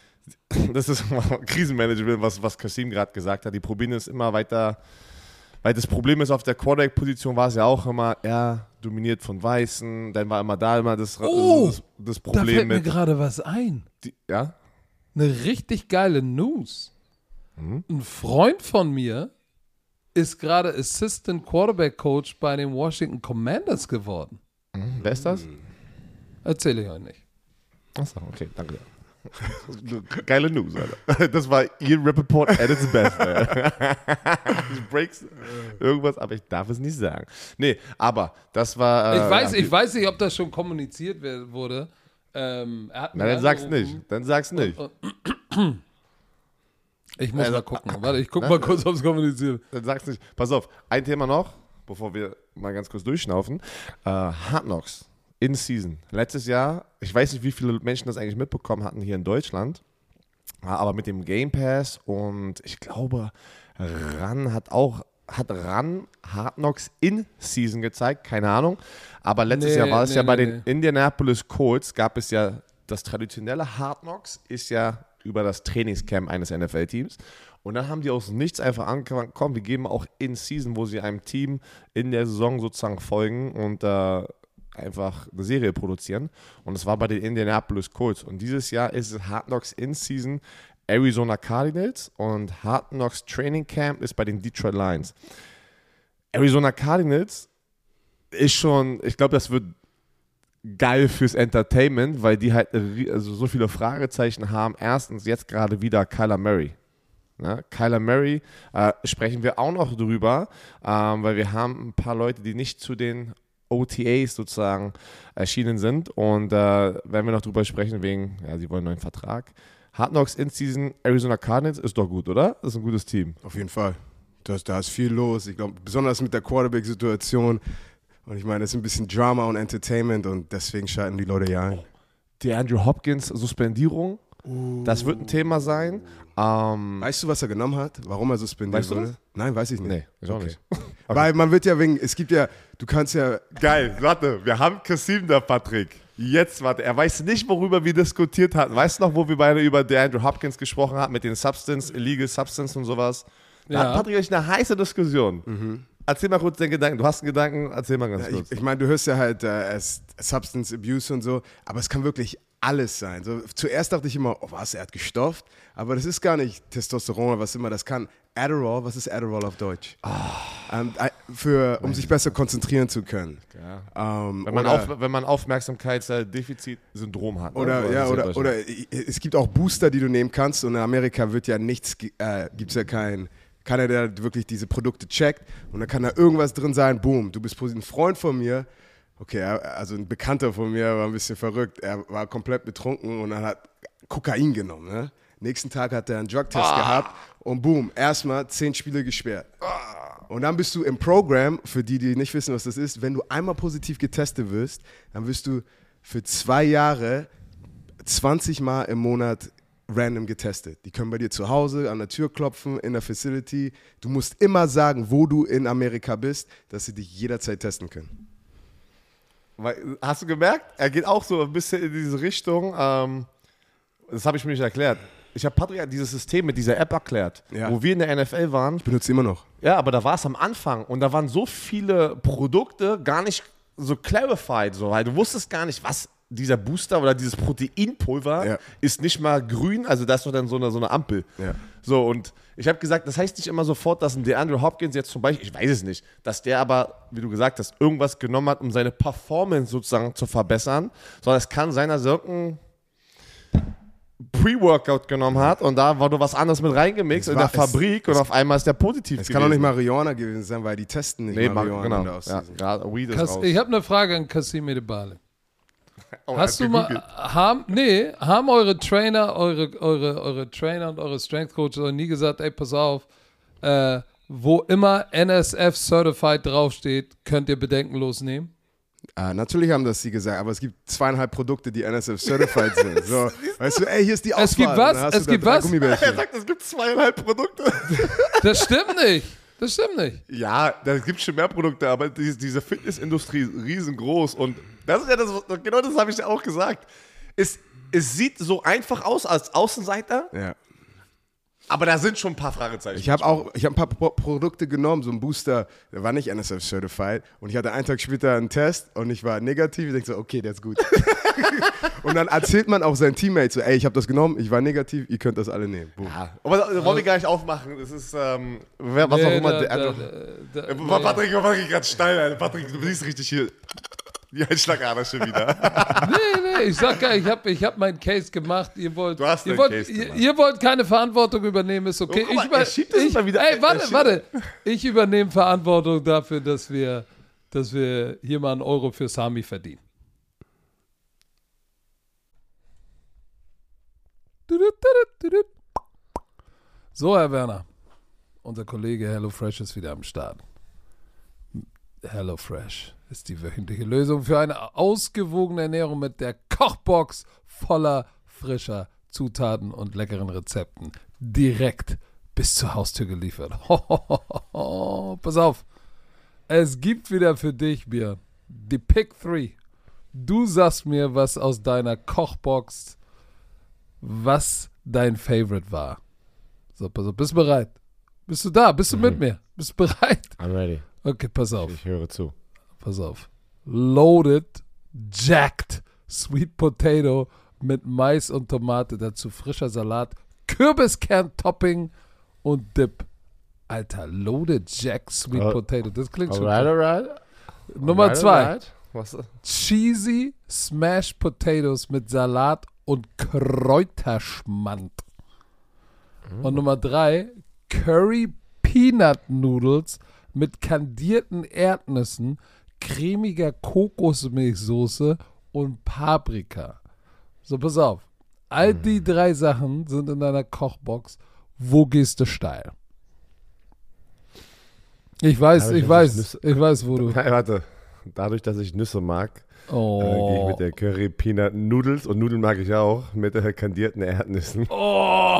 das ist Krisenmanagement, was, was Kasim gerade gesagt hat, die probieren es immer weiter, weil das Problem ist, auf der Quarterback-Position war es ja auch immer, er dominiert von Weißen, dann war immer da immer das, Oh, das, das Da Problem fällt mir mit, gerade was ein. die, ja? Eine richtig geile News. Ein Freund von mir ist gerade Assistant Quarterback Coach bei den Washington Commanders geworden. Wer ist das? Erzähle ich euch nicht. Achso, okay, danke. Geile News, Alter. Das war Ian Rappaport at its best, Alter. Du breaks irgendwas, aber ich darf es nicht sagen. Nee, aber das war... Äh, Ich weiß, ja, ich weiß nicht, ob das schon kommuniziert wer- wurde. Ähm, er hat Na, mich dann sag's angerufen. nicht. Dann sag's nicht. Ich muss Also, mal gucken. Warte, ich guck mal kurz, ob es kommuniziert. Dann sag's nicht. Pass auf, ein Thema noch, bevor wir mal ganz kurz durchschnaufen. Äh, Hard Knocks in Season. Letztes Jahr, ich weiß nicht, wie viele Menschen das eigentlich mitbekommen hatten hier in Deutschland. Ja, aber mit dem Game Pass und ich glaube, Run hat auch, hat Run Hard Knocks in Season gezeigt, keine Ahnung. Aber letztes Nee, Jahr war es nee, ja bei nee, den nee. Indianapolis Colts, gab es ja das traditionelle Hard Knocks, ist ja über das Trainingscamp eines N F L-Teams. Und dann haben die aus dem Nichts einfach angefangen, komm, wir geben auch in Season, wo sie einem Team in der Saison sozusagen folgen und äh, einfach eine Serie produzieren. Und das war bei den Indianapolis Colts. Und dieses Jahr ist es Hard Knocks in Season Arizona Cardinals und Hard Knocks Training Camp ist bei den Detroit Lions. Arizona Cardinals ist schon, ich glaube, das wird geil fürs Entertainment, weil die halt also so viele Fragezeichen haben. Erstens jetzt gerade wieder Kyler Murray. Ne? Kyler Murray äh, sprechen wir auch noch drüber, ähm, weil wir haben ein paar Leute, die nicht zu den O T As sozusagen erschienen sind und äh, werden wir noch drüber sprechen wegen, ja, sie wollen einen neuen Vertrag. Hard Knocks in Season Arizona Cardinals ist doch gut, oder? Das ist ein gutes Team. Auf jeden Fall. Das, da ist viel los. Ich glaube, besonders mit der Quarterback-Situation. Und ich meine, es ist ein bisschen Drama und Entertainment und deswegen schalten die Leute ja ein. Die Andrew Hopkins Suspendierung, uh. das wird ein Thema sein. Ähm, weißt du, was er genommen hat? Warum er suspendiert weißt du wurde? das? Nein, weiß ich nicht. Nee, ich auch okay. nicht. Okay. Weil man wird ja wegen, es gibt ja, du kannst ja... Geil, warte, wir haben Kasim da, Patrick. Jetzt, warte, er weiß nicht, worüber wir diskutiert hatten. Weißt du noch, wo wir beide über der Andrew Hopkins gesprochen haben, mit den Substance, Illegal Substance und sowas? Da Ja. hat Patrick echt eine heiße Diskussion. Mhm. Erzähl mal kurz den Gedanken. Du hast einen Gedanken, erzähl mal ganz Ja, kurz. ich ich meine, du hörst ja halt äh, Substance Abuse und so, aber es kann wirklich alles sein. So, zuerst dachte ich immer, oh was, er hat gestofft, aber das ist gar nicht Testosteron oder was immer das kann. Adderall, was ist Adderall auf Deutsch? Oh. Ähm, für, um sich besser konzentrieren zu können. Ja. Ähm, wenn, man oder, auf, wenn man Aufmerksamkeitsdefizit-Syndrom hat. Oder, ne? ja, Das ist oder, oder es gibt auch Booster, die du nehmen kannst und in Amerika wird ja nichts, äh, gibt es ja kein, keiner, der wirklich diese Produkte checkt und dann kann da irgendwas drin sein, boom, du bist ein Freund von mir, okay, also ein Bekannter von mir war ein bisschen verrückt, er war komplett betrunken und dann hat Kokain genommen, ne? Nächsten Tag hat er einen Drugtest ah. gehabt und boom, erstmal zehn Spiele gesperrt. Ah. Und dann bist du im Programm, für die, die nicht wissen, was das ist, wenn du einmal positiv getestet wirst, dann wirst du für zwei Jahre zwanzig Mal im Monat random getestet. Die können bei dir zu Hause an der Tür klopfen, in der Facility. Du musst immer sagen, wo du in Amerika bist, dass sie dich jederzeit testen können. Weil, hast du gemerkt? Er geht auch so ein bisschen in diese Richtung. Ähm, das habe ich mir nicht erklärt. Ich habe Patrick dieses System mit dieser App erklärt, ja. wo wir in der N F L waren. Ich benutze immer noch. Ja, aber da war es am Anfang und da waren so viele Produkte gar nicht so clarified, so, weil du wusstest gar nicht, was dieser Booster oder dieses Proteinpulver ja. ist nicht mal grün, also da ist noch dann so eine, so eine Ampel. Ja. So, und ich habe gesagt, das heißt nicht immer sofort, dass ein DeAndre Hopkins jetzt zum Beispiel, ich weiß es nicht, dass der aber, wie du gesagt hast, irgendwas genommen hat, um seine Performance sozusagen zu verbessern, sondern es kann sein, dass er irgendein Pre-Workout genommen hat und da wurde was anderes mit reingemixt in der Fabrik und auf einmal ist der positiv Es gewesen. kann auch nicht Marihuana gewesen sein, weil die testen nicht nee, Marihuana genau. in der Offseason. Ja, ja, Weed ist Kas- raus. ich habe eine Frage an Kasim Edebali. Oh, Hast du mal, haben, nee, haben eure Trainer, eure, eure, eure Trainer und eure Strength Coaches auch nie gesagt, ey, pass auf, äh, wo immer N S F Certified draufsteht, könnt ihr bedenkenlos nehmen? Ah, natürlich haben das sie gesagt, aber es gibt zweieinhalb Produkte, die N S F Certified sind. So, weißt du, ey, hier ist die Auswahl. Es gibt was? Und dann hast Es du da gibt drei was? Gummibärchen. Er sagt, es gibt zweieinhalb Produkte. Das stimmt nicht. Das stimmt nicht. Ja, da gibt es schon mehr Produkte, aber die, diese Fitnessindustrie ist riesengroß und das ist ja das, genau das habe ich ja auch gesagt. Es, es sieht so einfach aus als Außenseiter, Ja. aber da sind schon ein paar Fragezeichen. Ich habe auch, ich habe ein paar Pro- Produkte genommen, so ein Booster, der war nicht N S F Certified und ich hatte einen Tag später einen Test und ich war negativ. Ich denke so, okay, der ist gut. Und dann erzählt man auch seinen Teammates so, ey, ich habe das genommen, ich war negativ, ihr könnt das alle nehmen. Boom. Ja, aber das wollen wir gar nicht aufmachen. Das ist, ähm, wer, was Nee, auch immer. da- der, da- also, da- äh, nee. Patrick, Patrick gerade steil, Alter. Patrick, du siehst richtig hier. Die Einschlagader schon wieder. Nee, nee, ich sag gar, ich habe ich hab meinen Case gemacht. Ihr wollt, Du hast ihr, deinen wollt Case ihr, gemacht. ihr wollt keine Verantwortung übernehmen, ist okay. Oh, guck mal, ich über, er schiebt das ich, immer wieder- Ey, er warte, schiebt- warte. Ich übernehme Verantwortung dafür, dass wir, dass wir hier mal einen Euro für Sami verdienen. So, Herr Werner. Unser Kollege HelloFresh ist wieder am Start. HelloFresh ist die wöchentliche Lösung für eine ausgewogene Ernährung mit der Kochbox voller frischer Zutaten und leckeren Rezepten direkt bis zur Haustür geliefert. Pass auf. Es gibt wieder für dich, Björn, die Pick drei. Du sagst mir, was aus deiner Kochbox, was dein Favorite war. So, pass auf, bist du bereit? Bist du da? Bist du mhm. mit mir? Bist du bereit? I'm ready. Okay, pass auf. Ich, ich höre zu. Pass auf. Loaded, jacked, Sweet Potato mit Mais und Tomate, dazu frischer Salat, Kürbiskern-Topping und Dip. Alter, Loaded, jacked, Sweet Uh, Potato. Das klingt schon Alright, gut. alright. Nummer Alright, zwei. alright. Was? Cheesy Smashed Potatoes mit Salat und Kräuterschmand. Mm. Und Nummer drei, Curry Peanut Noodles mit kandierten Erdnüssen, cremiger Kokosmilchsoße und Paprika. So, pass auf. All mm. die drei Sachen sind in deiner Kochbox. Wo gehst du steil? Ich weiß, Dadurch, ich weiß, Nüsse, ich weiß, wo du... Nein, warte. Dadurch, dass ich Nüsse mag, Oh. äh, gehe ich mit der Curry Peanut Noodles und Nudeln mag ich auch, mit der kandierten Erdnüssen. Oh.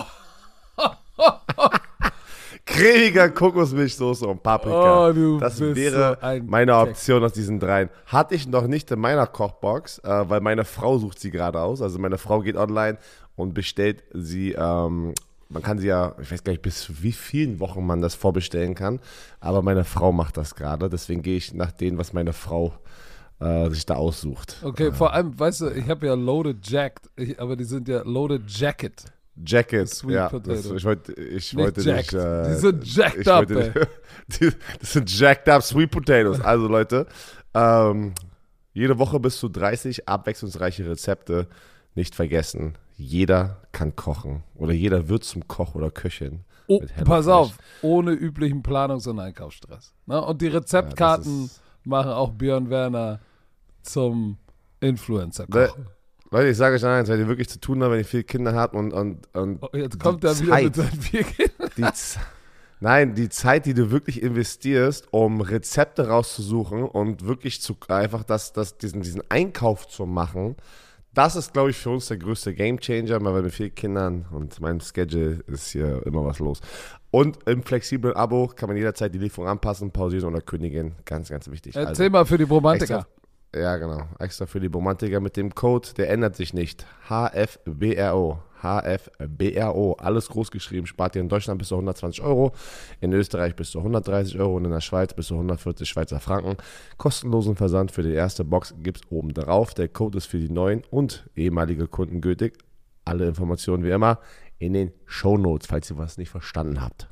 Cremiger Kokosmilchsoße und Paprika. Oh, du das bist wäre so ein meine Keck. Option aus diesen dreien. Hatte ich noch nicht in meiner Kochbox, äh, weil meine Frau sucht sie gerade aus. Also meine Frau geht online und bestellt sie, ähm, man kann sie ja, ich weiß gar nicht, bis wie vielen Wochen man das vorbestellen kann, aber meine Frau macht das gerade. Deswegen gehe ich nach dem, was meine Frau äh, sich da aussucht. Okay, vor allem, weißt du, ich habe ja Loaded Jacked, ich, aber die sind ja Loaded Jacket. Jacket, Sweet ja. Potato. Das, ich wollte, ich Nicht wollte jacked. nicht. Äh, Die sind jacked ich up, wollte, die, das sind jacked up Sweet Potatoes. Also Leute, ähm, jede Woche bis zu dreißig abwechslungsreiche Rezepte. Nicht vergessen, jeder kann kochen oder jeder wird zum Koch oder Köchin. Oh, mit Hello pass Fresh. auf, ohne üblichen Planungs- und Einkaufsstress. Ne? Und die Rezeptkarten Ja, das ist- machen auch Björn Werner zum Influencer-Koch. Le- Leute, ich sage euch eins, wenn ihr wirklich zu tun habt, wenn ihr viele Kinder habt und, und, und Oh, jetzt kommt die er wieder mit Zeit- seinen vier Kindern. die Z- Nein, die Zeit, die du wirklich investierst, um Rezepte rauszusuchen und wirklich zu, einfach das, das, diesen, diesen Einkauf zu machen, das ist, glaube ich, für uns der größte Gamechanger, weil mit vier Kindern und meinem Schedule ist hier immer was los. Und im flexiblen Abo kann man jederzeit die Lieferung anpassen, pausieren oder kündigen. Ganz, ganz wichtig. Erzähl mal für die Romantiker. Extra, ja, genau. Extra für die Romantiker mit dem Code, der ändert sich nicht. H F B R O. H F B R O. Alles groß geschrieben. Spart ihr in Deutschland bis zu hundertzwanzig Euro, in Österreich bis zu hundertdreißig Euro und in der Schweiz bis zu hundertvierzig Schweizer Franken. Kostenlosen Versand für die erste Box gibt es oben drauf. Der Code ist für die neuen und ehemalige Kunden gültig. Alle Informationen wie immer in den Shownotes, falls ihr was nicht verstanden habt.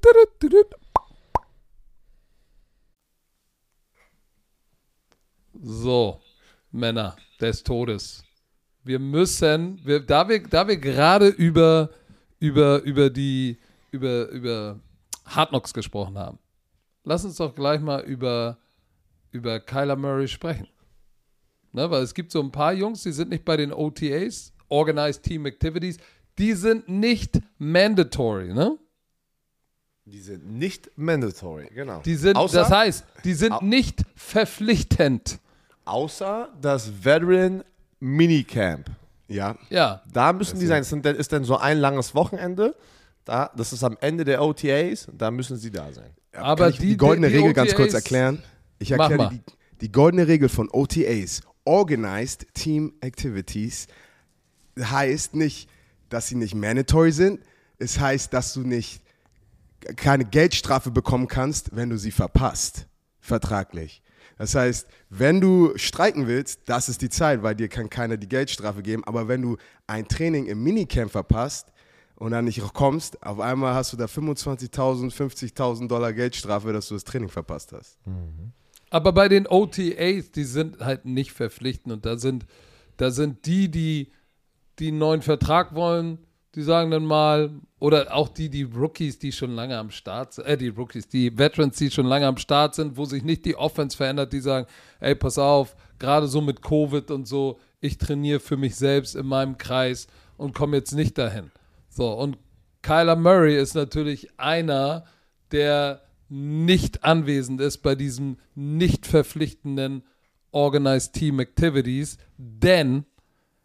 So, Männer des Todes. Wir müssen, wir, da wir, da wir gerade über, über, über die, über, über Hard Knocks gesprochen haben, lass uns doch gleich mal über, über Kyler Murray sprechen. Ne, weil es gibt so ein paar Jungs, die sind nicht bei den O T As, Organized Team Activities, die sind nicht mandatory, ne? Die sind nicht mandatory, genau. Die sind, Außer- das heißt, die sind Au- nicht verpflichtend. Außer das Veteran Minicamp. Ja, Ja, Da müssen die sein. Das sind- das ist dann so ein langes Wochenende. Da, das ist am Ende der O T As. Da müssen sie da sein. aber kann ich die, die goldene die, Regel die ganz O T As kurz erklären? Ich Mach erkläre mal. die, die goldene Regel von O T As, Organized Team Activities, heißt nicht, dass sie nicht mandatory sind. Es heißt, dass du nicht keine Geldstrafe bekommen kannst, wenn du sie verpasst, vertraglich. Das heißt, wenn du streiken willst, das ist die Zeit, weil dir kann keiner die Geldstrafe geben. Aber wenn du ein Training im Minicamp verpasst und dann nicht kommst, auf einmal hast du da fünfundzwanzigtausend, fünfzigtausend Dollar Geldstrafe, dass du das Training verpasst hast. Aber bei den O T As, die sind halt nicht verpflichtend und da sind, da sind die, die, die einen neuen Vertrag wollen, die sagen dann mal, oder auch die, die Rookies, die schon lange am Start sind, äh, die Rookies, die Veterans, die schon lange am Start sind, wo sich nicht die Offense verändert, die sagen, ey, pass auf, gerade so mit Covid und so, ich trainiere für mich selbst in meinem Kreis und komme jetzt nicht dahin. So, und Kyler Murray ist natürlich einer, der nicht anwesend ist bei diesen nicht verpflichtenden Organized Team Activities, denn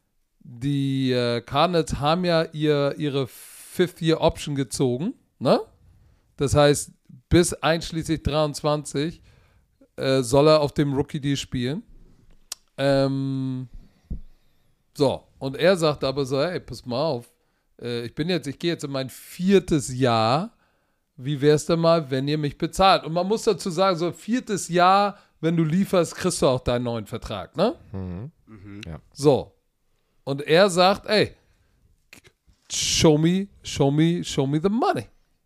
die äh, Cardinals haben ja ihr, ihre Fifth-Year-Option gezogen, ne? Das heißt, bis einschließlich dreiundzwanzig äh, soll er auf dem Rookie-Deal spielen. Ähm, so, und er sagt aber so, hey, pass mal auf, äh, ich bin jetzt, ich gehe jetzt in mein viertes Jahr, wie wär's denn mal, wenn ihr mich bezahlt? Und man muss dazu sagen, so viertes Jahr, wenn du lieferst, kriegst du auch deinen neuen Vertrag, ne? Mhm. Mhm. Ja. So. Und er sagt, ey, show me, show me, show me the money.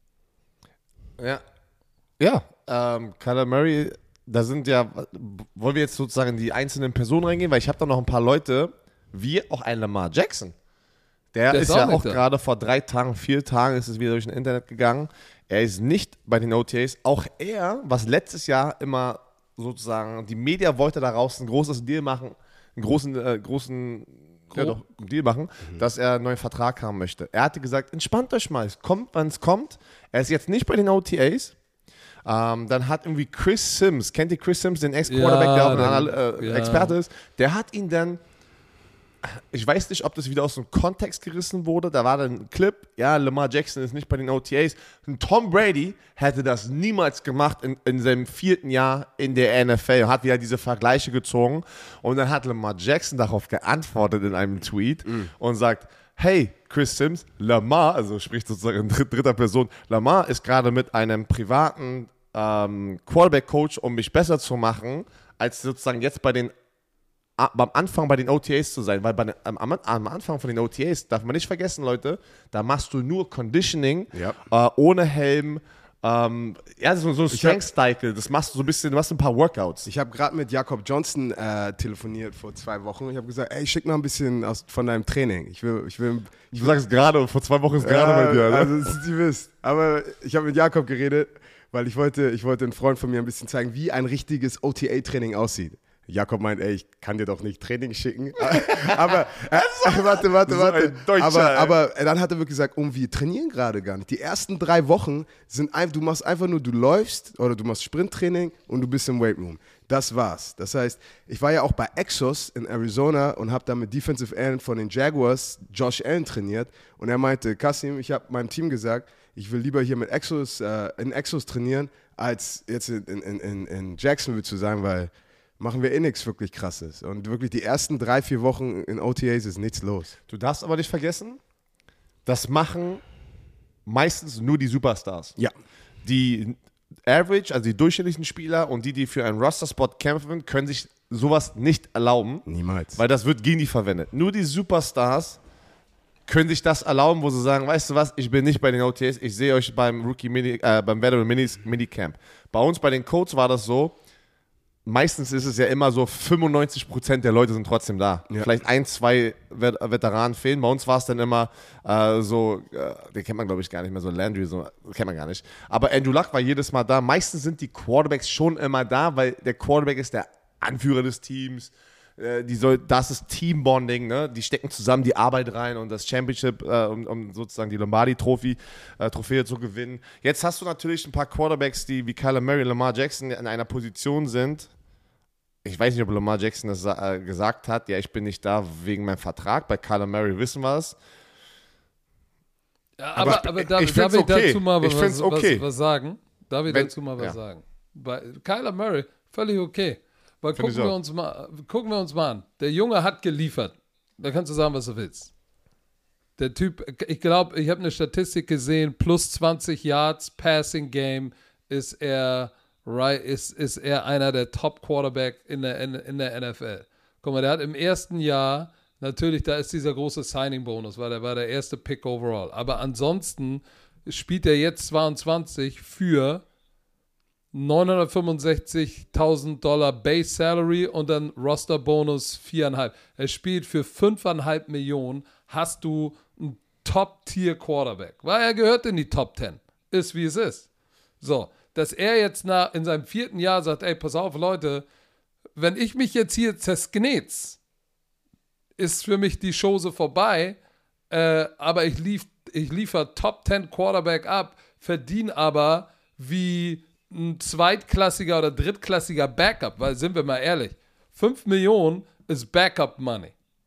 Ja. Ja, ähm, Kyler Murray, da sind ja, wollen wir jetzt sozusagen in die einzelnen Personen reingehen, weil ich habe da noch ein paar Leute, wie auch ein Lamar Jackson. Der, Der ist, ist ja auch gerade vor drei Tagen, vier Tagen ist es wieder durch das Internet gegangen. Er ist nicht bei den O T As. Auch er, was letztes Jahr immer sozusagen, die Media wollte daraus ein großes Deal machen, einen großen, äh, großen ja, doch, einen Deal machen, mhm. dass er einen neuen Vertrag haben möchte. Er hatte gesagt, entspannt euch mal, es kommt, wann es kommt. Er ist jetzt nicht bei den O T As. Ähm, dann hat irgendwie Chris Sims, kennt ihr Chris Sims, den Ex-Quarterback, ja, der auch ein äh, ja. Experte ist, der hat ihn dann, ich weiß nicht, ob das wieder aus dem Kontext gerissen wurde, da war dann ein Clip, ja, Lamar Jackson ist nicht bei den O T As. Und Tom Brady hätte das niemals gemacht in, in seinem vierten Jahr in der N F L, hat wieder diese Vergleiche gezogen und dann hat Lamar Jackson darauf geantwortet in einem Tweet mhm. und sagt, hey, Chris Sims, Lamar, also spricht sozusagen in dritter Person, Lamar ist gerade mit einem privaten ähm, Quarterback-Coach, um mich besser zu machen, als sozusagen jetzt bei den am Anfang bei den O T As zu sein, weil bei, am, am Anfang von den O T As, darf man nicht vergessen, Leute, da machst du nur Conditioning, ja. äh, ohne Helm, ähm, ja, so, so ein Strength-Cycle, das machst du so ein bisschen, du machst ein paar Workouts. Ich habe gerade mit Jakob Johnson äh, telefoniert vor zwei Wochen. Ich habe gesagt, ey, schick mal ein bisschen aus, von deinem Training. Ich will, ich will. Ich du sagst gerade, vor zwei Wochen ist gerade äh, bei dir. Ne? Also, Sie wisst. Aber ich habe mit Jakob geredet, weil ich wollte, ich wollte einen Freund von mir ein bisschen zeigen, wie ein richtiges O T A-Training aussieht. Jakob meint, ey, ich kann dir doch nicht Training schicken. aber, äh, warte, warte, warte. So aber, aber dann hat er wirklich gesagt, oh, wir trainieren gerade gar nicht. Die ersten drei Wochen sind einfach, du machst einfach nur, du läufst oder du machst Sprinttraining und du bist im Weight Room. Das war's. Das heißt, ich war ja auch bei Exos in Arizona und habe da mit Defensive End von den Jaguars Josh Allen trainiert. Und er meinte, Kasim, ich habe meinem Team gesagt, ich will lieber hier mit Exos, äh, in Exos trainieren, als jetzt in, in, in, in Jacksonville zu sein, weil machen wir eh nichts wirklich Krasses. Und wirklich die ersten drei, vier Wochen in O T As ist nichts los. Du darfst aber nicht vergessen, das machen meistens nur die Superstars. Ja. Die Average, also die durchschnittlichen Spieler und die, die für einen Roster-Spot kämpfen, können sich sowas nicht erlauben. Niemals. Weil das wird gegen die verwendet. Nur die Superstars können sich das erlauben, wo sie sagen, weißt du was, ich bin nicht bei den O T As, ich sehe euch beim Rookie Mini, äh, beim Veteran Minis, Minicamp. Bei uns bei den Colts war das so, meistens ist es ja immer so, fünfundneunzig Prozent der Leute sind trotzdem da. Ja. Vielleicht ein, zwei Vet- Veteranen fehlen. Bei uns war es dann immer äh, so, äh, den kennt man glaube ich gar nicht mehr, so Landry, so kennt man gar nicht. Aber Andrew Luck war jedes Mal da. Meistens sind die Quarterbacks schon immer da, weil der Quarterback ist der Anführer des Teams. Äh, die soll, das ist Teambonding, ne? Die stecken zusammen die Arbeit rein und das Championship, äh, um, um sozusagen die Lombardi-Trophäe äh, Trophäe zu gewinnen. Jetzt hast du natürlich ein paar Quarterbacks, die wie Kyler Murray, Lamar Jackson in einer Position sind. Ich weiß nicht, ob Lamar Jackson das äh, gesagt hat. Ja, ich bin nicht da wegen meinem Vertrag. Bei Kyler Murray wissen wir es. Ja, aber, aber, aber darf ich, darf ich okay. dazu mal was, okay. was, was sagen? Darf ich Wenn, dazu mal was ja. sagen? Bei Kyler Murray, völlig okay. Weil gucken wir, uns mal, gucken wir uns mal an. Der Junge hat geliefert. Da kannst du sagen, was du willst. Der Typ, ich glaube, ich habe eine Statistik gesehen, plus zwanzig Yards Passing Game ist er... Right, ist, ist er einer der Top-Quarterback in der, in, in der N F L. Guck mal, der hat im ersten Jahr, natürlich, da ist dieser große Signing-Bonus, weil der war der erste Pick overall. Aber ansonsten spielt er jetzt zweiundzwanzig für neunhundertfünfundsechzigtausend Dollar Base Salary und dann Roster-Bonus vier Komma fünf. Er spielt für fünf Komma fünf Millionen, hast du einen Top-Tier-Quarterback. Weil er gehört in die Top zehn. Ist, wie es ist. So, dass er jetzt nach, in seinem vierten Jahr sagt, ey, pass auf, Leute, wenn ich mich jetzt hier zersknetz, ist für mich die Chose vorbei, äh, aber ich, lief, ich liefere Top zehn Quarterback ab, verdiene aber wie ein zweitklassiger oder drittklassiger Backup, weil, sind wir mal ehrlich, fünf Millionen ist Backup Money.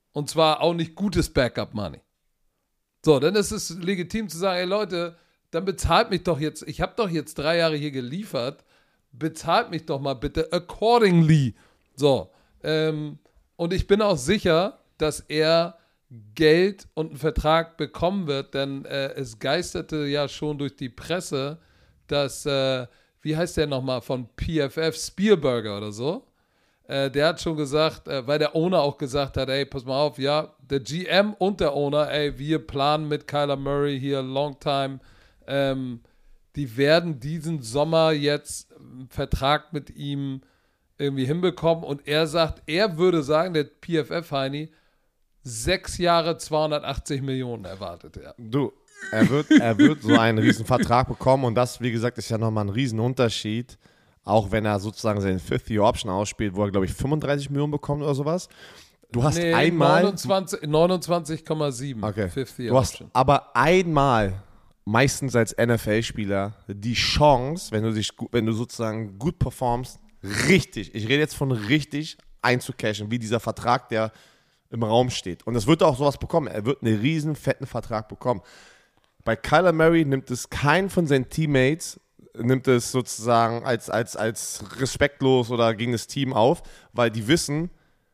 Und zwar auch nicht gutes Backup-Money. So, dann ist es legitim zu sagen, ey Leute, dann bezahlt mich doch jetzt, ich habe doch jetzt drei Jahre hier geliefert, bezahlt mich doch mal bitte accordingly. So, ähm, und ich bin auch sicher, dass er Geld und einen Vertrag bekommen wird, denn äh, es geisterte ja schon durch die Presse, dass, äh, wie heißt der nochmal, von P F F, Spielberger oder so, äh, der hat schon gesagt, äh, weil der Owner auch gesagt hat, ey, pass mal auf, ja, der G M und der Owner, ey, wir planen mit Kyler Murray hier long time, ähm, die werden diesen Sommer jetzt einen Vertrag mit ihm irgendwie hinbekommen und er sagt, er würde sagen, der P F F-Heini, sechs Jahre, zweihundertachtzig Millionen erwartet er. Du, er wird, er wird so einen riesen Vertrag bekommen und das, wie gesagt, ist ja nochmal ein riesen Unterschied, auch wenn er sozusagen seine Fifth-Year-Option ausspielt, wo er, glaube ich, fünfunddreißig Millionen bekommt oder sowas. Du hast nee, einmal... neunundzwanzig Komma sieben. Okay. Fifth-Year Du hast Option. aber einmal, meistens als N F L-Spieler, die Chance, wenn du, dich, gu- wenn du sozusagen gut performst, richtig, ich rede jetzt von richtig, einzucashen, wie dieser Vertrag, der im Raum steht. Und es wird auch sowas bekommen. Er wird einen riesen fetten Vertrag bekommen. Bei Kyler Murray nimmt es keinen von seinen Teammates, nimmt es sozusagen als, als, als respektlos oder gegen das Team auf, weil die wissen,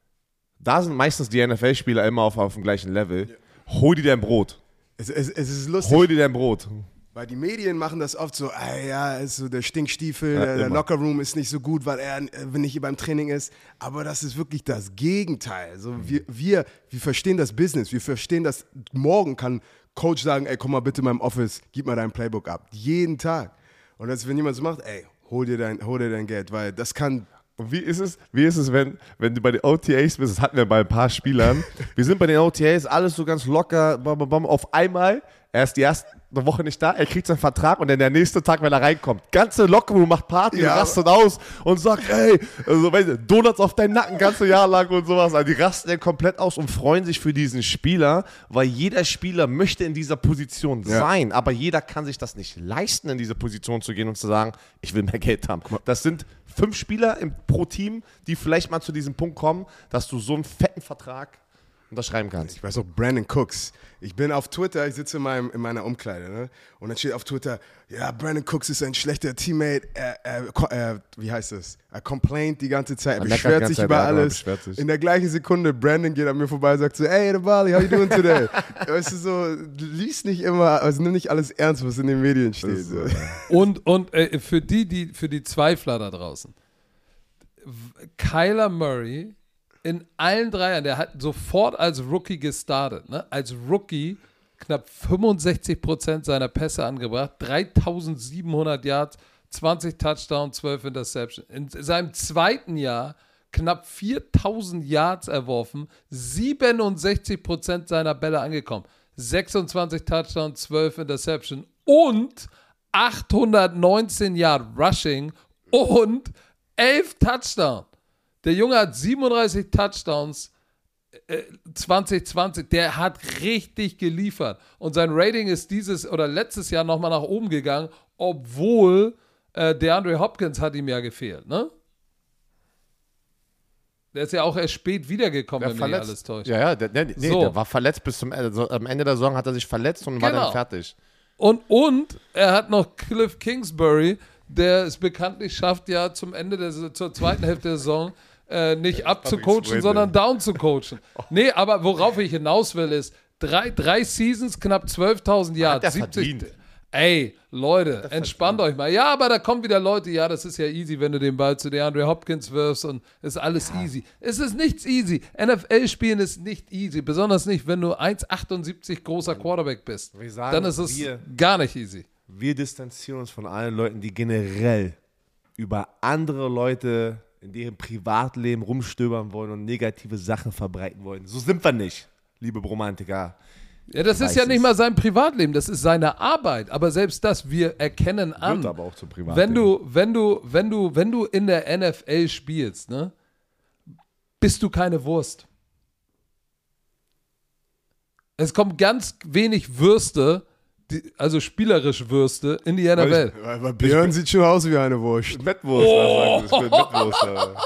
da sind meistens die N F L-Spieler immer auf, auf dem gleichen Level. Ja. Hol dir dein Brot. Es, es, es ist lustig. Hol dir dein Brot. Weil die Medien machen das oft so, ah, ja, ist so der Stinkstiefel, Ja, der, der immer. Lockerroom ist nicht so gut, weil er äh, nicht hier beim Training ist. Aber das ist wirklich das Gegenteil. Also wir, wir, wir verstehen das Business, wir verstehen das, morgen kann Coach sagen, ey, komm mal bitte in meinem Office, gib mal dein Playbook ab. Jeden Tag. Und das, wenn jemand so macht, ey, hol dir dein, hol dir dein Geld, weil das kann... Und wie ist es, wie ist es wenn, wenn du bei den O T As bist, das hatten wir bei ein paar Spielern, wir sind bei den O T As, alles so ganz locker, bam, bam, bam, auf einmal, er ist die erste Woche nicht da, er kriegt seinen Vertrag und dann der nächste Tag, wenn er reinkommt, ganze Lockerroom macht Party Ja. und rastet aus und sagt, ey, also, weißt du, Donuts auf deinen Nacken, ganze Jahr lang und sowas, also die rasten dann komplett aus und freuen sich für diesen Spieler, weil jeder Spieler möchte in dieser Position Ja. sein, aber jeder kann sich das nicht leisten, in diese Position zu gehen und zu sagen, ich will mehr Geld haben. Das sind fünf Spieler im, pro Team, die vielleicht mal zu diesem Punkt kommen, dass du so einen fetten Vertrag unterschreiben kannst. Ich weiß auch, Brandon Cooks. Ich bin auf Twitter, ich sitze in, meinem, in meiner Umkleide, ne? Und dann steht auf Twitter, ja, Brandon Cooks ist ein schlechter Teammate, er, er, er wie heißt das? Er complaint die ganze Zeit, er Er meckert die beschwert ganze sich Zeit, über ja, genau, alles. beschwert sich. In der gleichen Sekunde, Brandon geht an mir vorbei und sagt so, hey, the Bali, how you doing today? Weißt du, so, lies nicht immer, also nimm nicht alles ernst, was in den Medien steht. Das, So. äh, Und, und äh, für, die, die, für die Zweifler da draußen, w- Kyler Murray in allen drei Jahren, der hat sofort als Rookie gestartet, ne? Als Rookie knapp fünfundsechzig Prozent seiner Pässe angebracht, dreitausendsiebenhundert Yards, zwanzig Touchdowns, zwölf Interceptions. In seinem zweiten Jahr knapp viertausend Yards erworfen, siebenundsechzig Prozent seiner Bälle angekommen, sechsundzwanzig Touchdowns, zwölf Interceptions und achthundertneunzehn Yard Rushing und elf Touchdowns. Der Junge hat siebenunddreißig Touchdowns äh, zwanzig zwanzig. Der hat richtig geliefert. Und sein Rating ist dieses oder letztes Jahr nochmal nach oben gegangen, obwohl äh, DeAndre Hopkins hat ihm ja gefehlt, ne? Der ist ja auch erst spät wiedergekommen, wenn mich nicht alles täuscht. Ja, ja, der, der, nee, So. der war verletzt bis zum Ende. So, am Ende der Saison hat er sich verletzt und war Genau. dann fertig. Und, und er hat noch Cliff Kingsbury, der es bekanntlich schafft, ja zum Ende der zur zweiten Hälfte der Saison äh, nicht abzucoachen, Swindon. sondern down zu coachen. Nee, aber worauf ich hinaus will, ist drei, drei Seasons, knapp zwölftausend Yards. der verdient. Ey, Leute, entspannt euch mal. Ja, aber da kommen wieder Leute, ja, das ist ja easy, wenn du den Ball zu DeAndre Hopkins wirfst und ist alles easy. Es ist nichts easy. N F L-Spielen ist nicht easy, besonders nicht, wenn du eins Komma achtundsiebzig großer Quarterback bist. Wir sagen, Dann ist es wir- gar nicht easy. Wir distanzieren uns von allen Leuten, die generell über andere Leute in deren Privatleben rumstöbern wollen und negative Sachen verbreiten wollen. So sind wir nicht, liebe Bromantiker. Ja, das ist Weiß ja nicht es. mal sein Privatleben, das ist seine Arbeit. Aber selbst das, wir erkennen an, Wird aber auch zum Privatleben. wenn du, wenn du, wenn du, wenn du in der N F L spielst, ne, bist du keine Wurst. Es kommen ganz wenig Würste, die, also spielerisch Würste, in die N F L. Aber Björn sieht schon aus wie eine Wurst. Mettwurst, oh. Ich bin Mettwurst.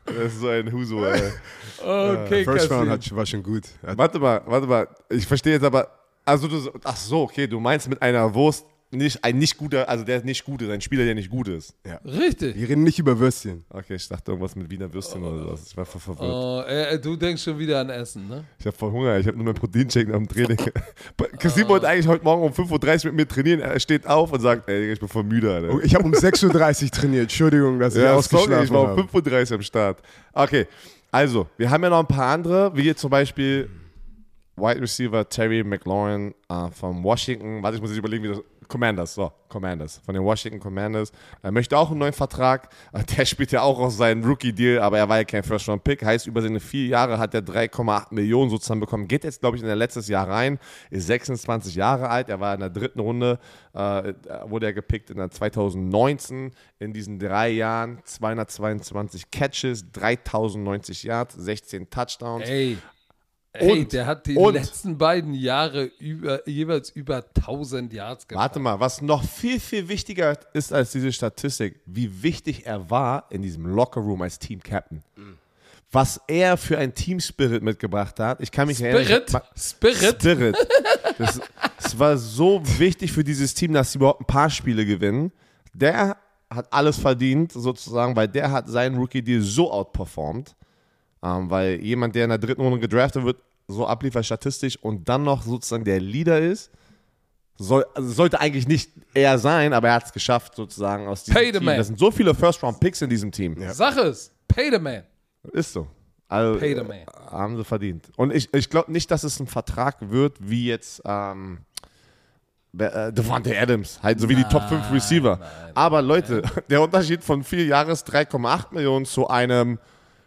Das ist so ein Huso, ey. Okay, First Round Kassim. hat, war schon gut. Hat, Warte mal, warte mal. Ich verstehe jetzt aber. Also du, ach so, okay, du meinst mit einer Wurst nicht ein nicht guter, also der nicht gut ist, ein Spieler, der nicht gut ist. ja. Richtig. Wir reden nicht über Würstchen. Okay, ich dachte irgendwas mit Wiener Würstchen oder sowas. Ich war voll verwirrt. Oh, äh, du denkst schon wieder an Essen, ne? Ich habe voll Hunger, ich habe nur meinen Proteinshake nach dem Training. Kassim wollte eigentlich heute Morgen um fünf Uhr dreißig mit mir trainieren. Er steht auf und sagt, ey, ich bin voll müde, Alter. Oh, ich habe um sechs Uhr dreißig trainiert. Entschuldigung, dass ich Ja, ausgeschlafen sorry, ich war um habe. fünf Uhr dreißig am Start. Okay, also, wir haben ja noch ein paar andere, wie jetzt zum Beispiel Wide Receiver Terry McLaurin äh, von Washington. Warte, ich muss jetzt überlegen, wie das. Commanders, so, Commanders. Von den Washington Commanders. Er möchte auch einen neuen Vertrag. Der spielt ja auch aus seinem Rookie-Deal, aber er war ja kein First-Round-Pick. Heißt, über seine vier Jahre hat er drei Komma acht Millionen sozusagen bekommen. Geht jetzt, glaube ich, in der letztes Jahr rein. Ist sechsundzwanzig Jahre alt. Er war in der dritten Runde, äh, wurde er gepickt in der zweitausendneunzehn. In diesen drei Jahren zweihundertzweiundzwanzig Catches, dreitausendneunzig Yards, sechzehn Touchdowns. Ey. Ey, Und- der hat die und- letzten beiden Jahre über, jeweils über tausend Yards gebracht. Warte mal, was noch viel, viel wichtiger ist als diese Statistik, wie wichtig er war in diesem Lockerroom als Team-Captain. Was er für ein Team-Spirit mitgebracht hat. Ich kann mich erinnern. Spirit? Spirit? Spirit. Das, es war so wichtig für dieses Team, dass sie überhaupt ein paar Spiele gewinnen. Der hat alles verdient, sozusagen, weil der hat seinen Rookie-Deal so outperformed. Ähm, weil jemand, der in der dritten Runde gedraftet wird, so abliefert statistisch und dann noch sozusagen der Leader ist, soll, also sollte eigentlich nicht er sein, aber er hat es geschafft sozusagen aus diesem Pay the Team. man. Das sind so viele First-Round-Picks in diesem Team. Sag es. Pay the man. Ist so. Also, Pay the äh, man. haben sie verdient. Und ich, ich glaube nicht, dass es ein Vertrag wird wie jetzt ähm, wer- äh, Devontae Adams, halt so wie die Top fünf Receiver. Aber Leute, der Unterschied von vier Jahres drei Komma acht Millionen zu einem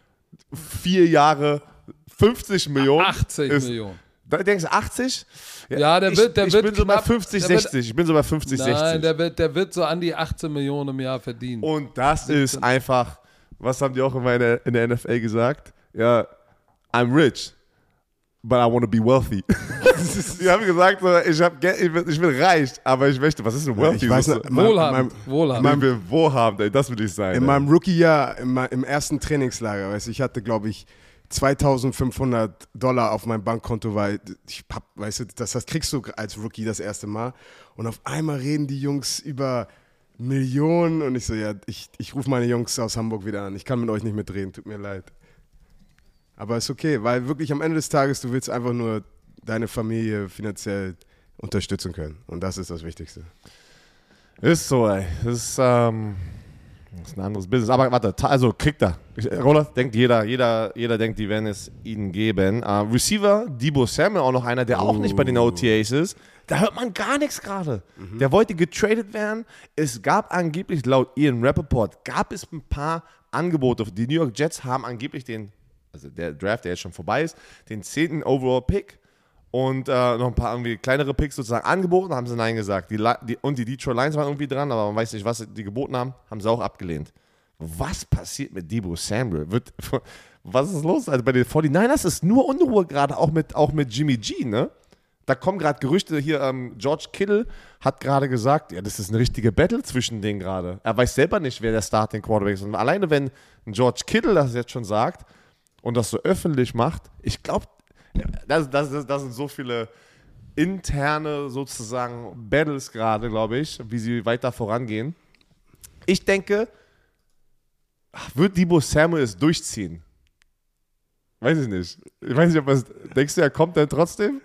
vier Jahre fünfzig Millionen achtzig ist, Millionen. Da denkst du achtzig? Ja, der ich, wird- der ich wird bin so bei knapp- fünfzig, der wird- sechzig. Ich bin so bei fünfzig, Nein, sechzig. der wird, der wird so an die achtzehn Millionen im Jahr verdienen. Und das ist einfach, was haben die auch immer in der, in der N F L gesagt? Ja, I'm rich, but I want to be wealthy. Die haben gesagt, so, ich, hab Geld, ich, bin, ich bin reich, aber ich möchte, was ist denn wealthy? Ich weiß So, nicht, in meinem- Wohlhabend. in Wohlhabend. ich will wohlhabend, ey, das will ich sein. In ey. meinem Rookie-Jahr, im, im ersten Trainingslager, weißt du, ich hatte, glaube ich, zweitausendfünfhundert Dollar auf meinem Bankkonto, weil ich hab, weißt du, das, das kriegst du als Rookie das erste Mal. Und auf einmal reden die Jungs über Millionen und ich so, ja, ich, ich rufe meine Jungs aus Hamburg wieder an. Ich kann mit euch nicht mitreden, tut mir leid. Aber ist okay, weil wirklich am Ende des Tages, du willst einfach nur deine Familie finanziell unterstützen können. Und das ist das Wichtigste. Ist so, ey. Das ist, ähm, das ist ein anderes Business. Aber warte, ta- also kriegt er. Ich- Roland, denkt jeder, jeder, jeder denkt, die werden es ihnen geben. Äh, Receiver, Deebo Samuel, auch noch einer, der auch nicht bei den O T As ist. Da hört man gar nichts gerade. Der wollte getradet werden. Es gab angeblich, laut Ian Rappaport, gab es ein paar Angebote. Die New York Jets haben angeblich den, also der Draft, der jetzt schon vorbei ist, den zehnten Overall-Pick und äh, noch ein paar irgendwie kleinere Picks sozusagen angeboten, haben sie Nein gesagt. Die, Li- die, und die Detroit Lions waren irgendwie dran, aber man weiß nicht, was die geboten haben, haben sie auch abgelehnt. Was passiert mit Deebo Samuel? Wird, was ist los? Also bei den forty-niners ist nur Unruhe gerade, auch mit, auch mit Jimmy G, ne? Da kommen gerade Gerüchte hier, ähm, George Kittle hat gerade gesagt, ja, das ist eine richtige Battle zwischen denen gerade. Er weiß selber nicht, wer der Starting Quarterback ist. Und alleine, wenn ein George Kittle das jetzt schon sagt und das so öffentlich macht, ich glaube, das, das, das, das sind so viele interne sozusagen Battles gerade, glaube ich, wie sie weiter vorangehen. Ich denke, wird Deebo Samuel es durchziehen? Weiß ich nicht. Ich weiß nicht, ob es. Denkst du, er kommt dann trotzdem?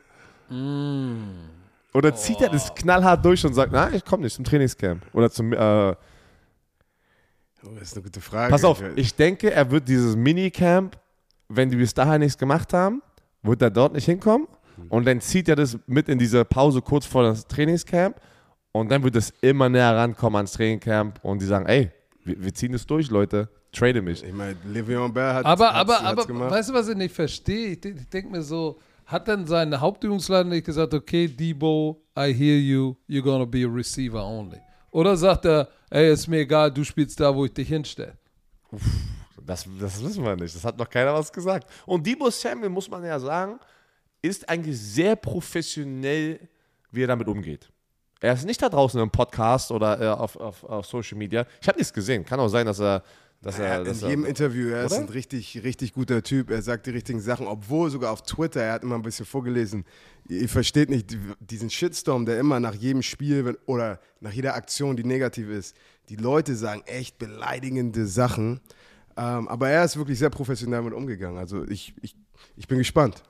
Oder zieht er das knallhart durch und sagt, nein, ich komme nicht zum Trainingscamp? Oder zum. Äh, Oh, das ist eine gute Frage. pass auf, ich denke, er wird dieses Minicamp, wenn die bis dahin nichts gemacht haben, wird er dort nicht hinkommen. Und dann zieht er das mit in diese Pause kurz vor das Trainingscamp. Und dann wird es immer näher rankommen ans Trainingcamp. Und die sagen, ey, wir, wir ziehen das durch, Leute. Trade mich. Ich meine, Le'Veon Bell hat Aber, hat's- aber, hat's aber, gemacht. weißt du, was ich nicht verstehe? Ich, ich denke mir so, hat dann sein Hauptübungsleiter nicht gesagt, okay, Debo, I hear you, you're gonna be a receiver only? Oder sagt er, ey, ist mir egal, du spielst da, wo ich dich hinstelle? Das, das wissen wir nicht. Das hat noch keiner was gesagt. Und Deebo Samuel, muss man ja sagen, ist eigentlich sehr professionell, wie er damit umgeht. Er ist nicht da draußen im Podcast oder äh, auf, auf, auf Social Media. Ich habe nichts gesehen. Kann auch sein, dass er Dass er, er, dass in jedem er, Interview, er ist oder? ein richtig, richtig guter Typ. Er sagt die richtigen Sachen, obwohl sogar auf Twitter, er hat immer ein bisschen vorgelesen, ihr versteht nicht diesen Shitstorm, der immer nach jedem Spiel wenn, oder nach jeder Aktion, die negativ ist, die Leute sagen echt beleidigende Sachen. Ähm, aber er ist wirklich sehr professionell damit umgegangen. Also ich, ich, ich bin gespannt.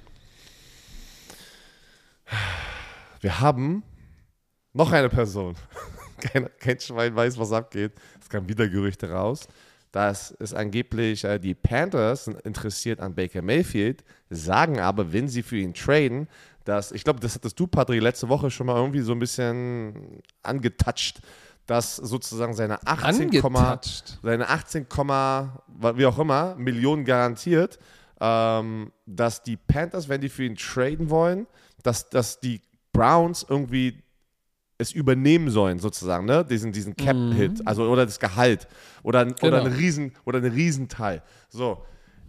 Wir haben noch eine Person. Kein, kein Schwein weiß, was abgeht. Es kamen wieder Gerüchte raus, dass es angeblich äh, die Panthers sind interessiert an Baker Mayfield, sagen aber, wenn sie für ihn traden, dass, ich glaube, das hattest du, Patrick, letzte Woche schon mal irgendwie so ein bisschen angetoucht, dass sozusagen seine achtzehn, seine achtzehn, wie auch immer, Millionen garantiert, ähm, dass die Panthers, wenn die für ihn traden wollen, dass, dass die Browns irgendwie es übernehmen sollen, sozusagen, ne? Diesen, diesen Cap-Hit, mhm. also oder das Gehalt oder, genau. oder, ein Riesen, oder ein Riesenteil. So.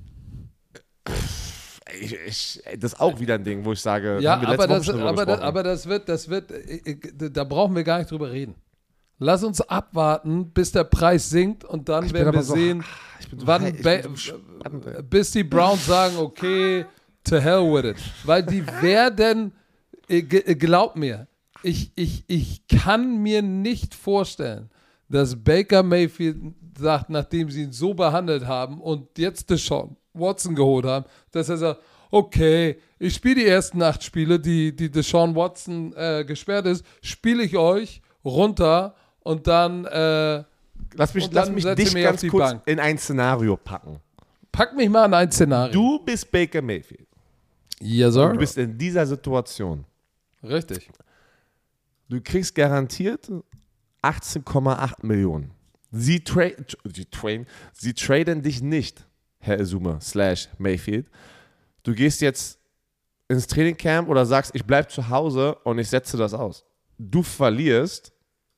Ich, ich, das ist auch wieder ein Ding, wo ich sage, ja, haben wir aber, letzte das, Woche aber, das, aber das wird, das wird, da brauchen wir gar nicht drüber reden. Lass uns abwarten, bis der Preis sinkt und dann ich werden wir so, sehen, so wann high, ba- so spannend, bis die Browns sagen, okay, to hell with it. Weil die werden, glaub mir, Ich, ich, ich kann mir nicht vorstellen, dass Baker Mayfield sagt, nachdem sie ihn so behandelt haben und jetzt Deshaun Watson geholt haben, dass er sagt, okay, ich spiele die ersten acht Spiele, die, die Deshaun Watson äh, gesperrt ist, spiele ich euch runter und dann äh, Lass mich, und lass dann mich setze dich ich mich ganz auf die kurz Bank. in ein Szenario packen. Pack mich mal in ein Szenario. Du bist Baker Mayfield. Yes, sir. Du bist in dieser Situation. Richtig. Du kriegst garantiert achtzehn Komma acht Millionen. Sie, tra- sie, tra- sie traden dich nicht, Herr Azuma slash Mayfield. Du gehst jetzt ins Trainingcamp oder sagst, ich bleibe zu Hause und ich setze das aus. Du verlierst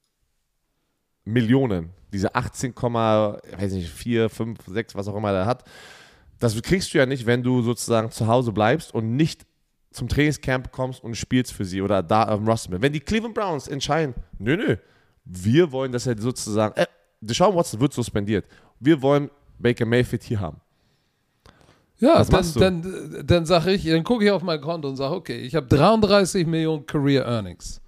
Millionen. Diese achtzehn, weiß nicht, vier, fünf, sechs, was auch immer er hat. Das kriegst du ja nicht, wenn du sozusagen zu Hause bleibst und nicht zum Trainingscamp kommst und spielst für sie oder da am Roster. Wenn die Cleveland Browns entscheiden, nö, nö, wir wollen, dass er sozusagen, äh, Deshaun Watson wird suspendiert. Wir wollen Baker Mayfield hier haben. Ja, Was dann, dann, dann sage ich, dann gucke ich auf mein Konto und sage, okay, ich habe dreiunddreißig Millionen Career Earnings.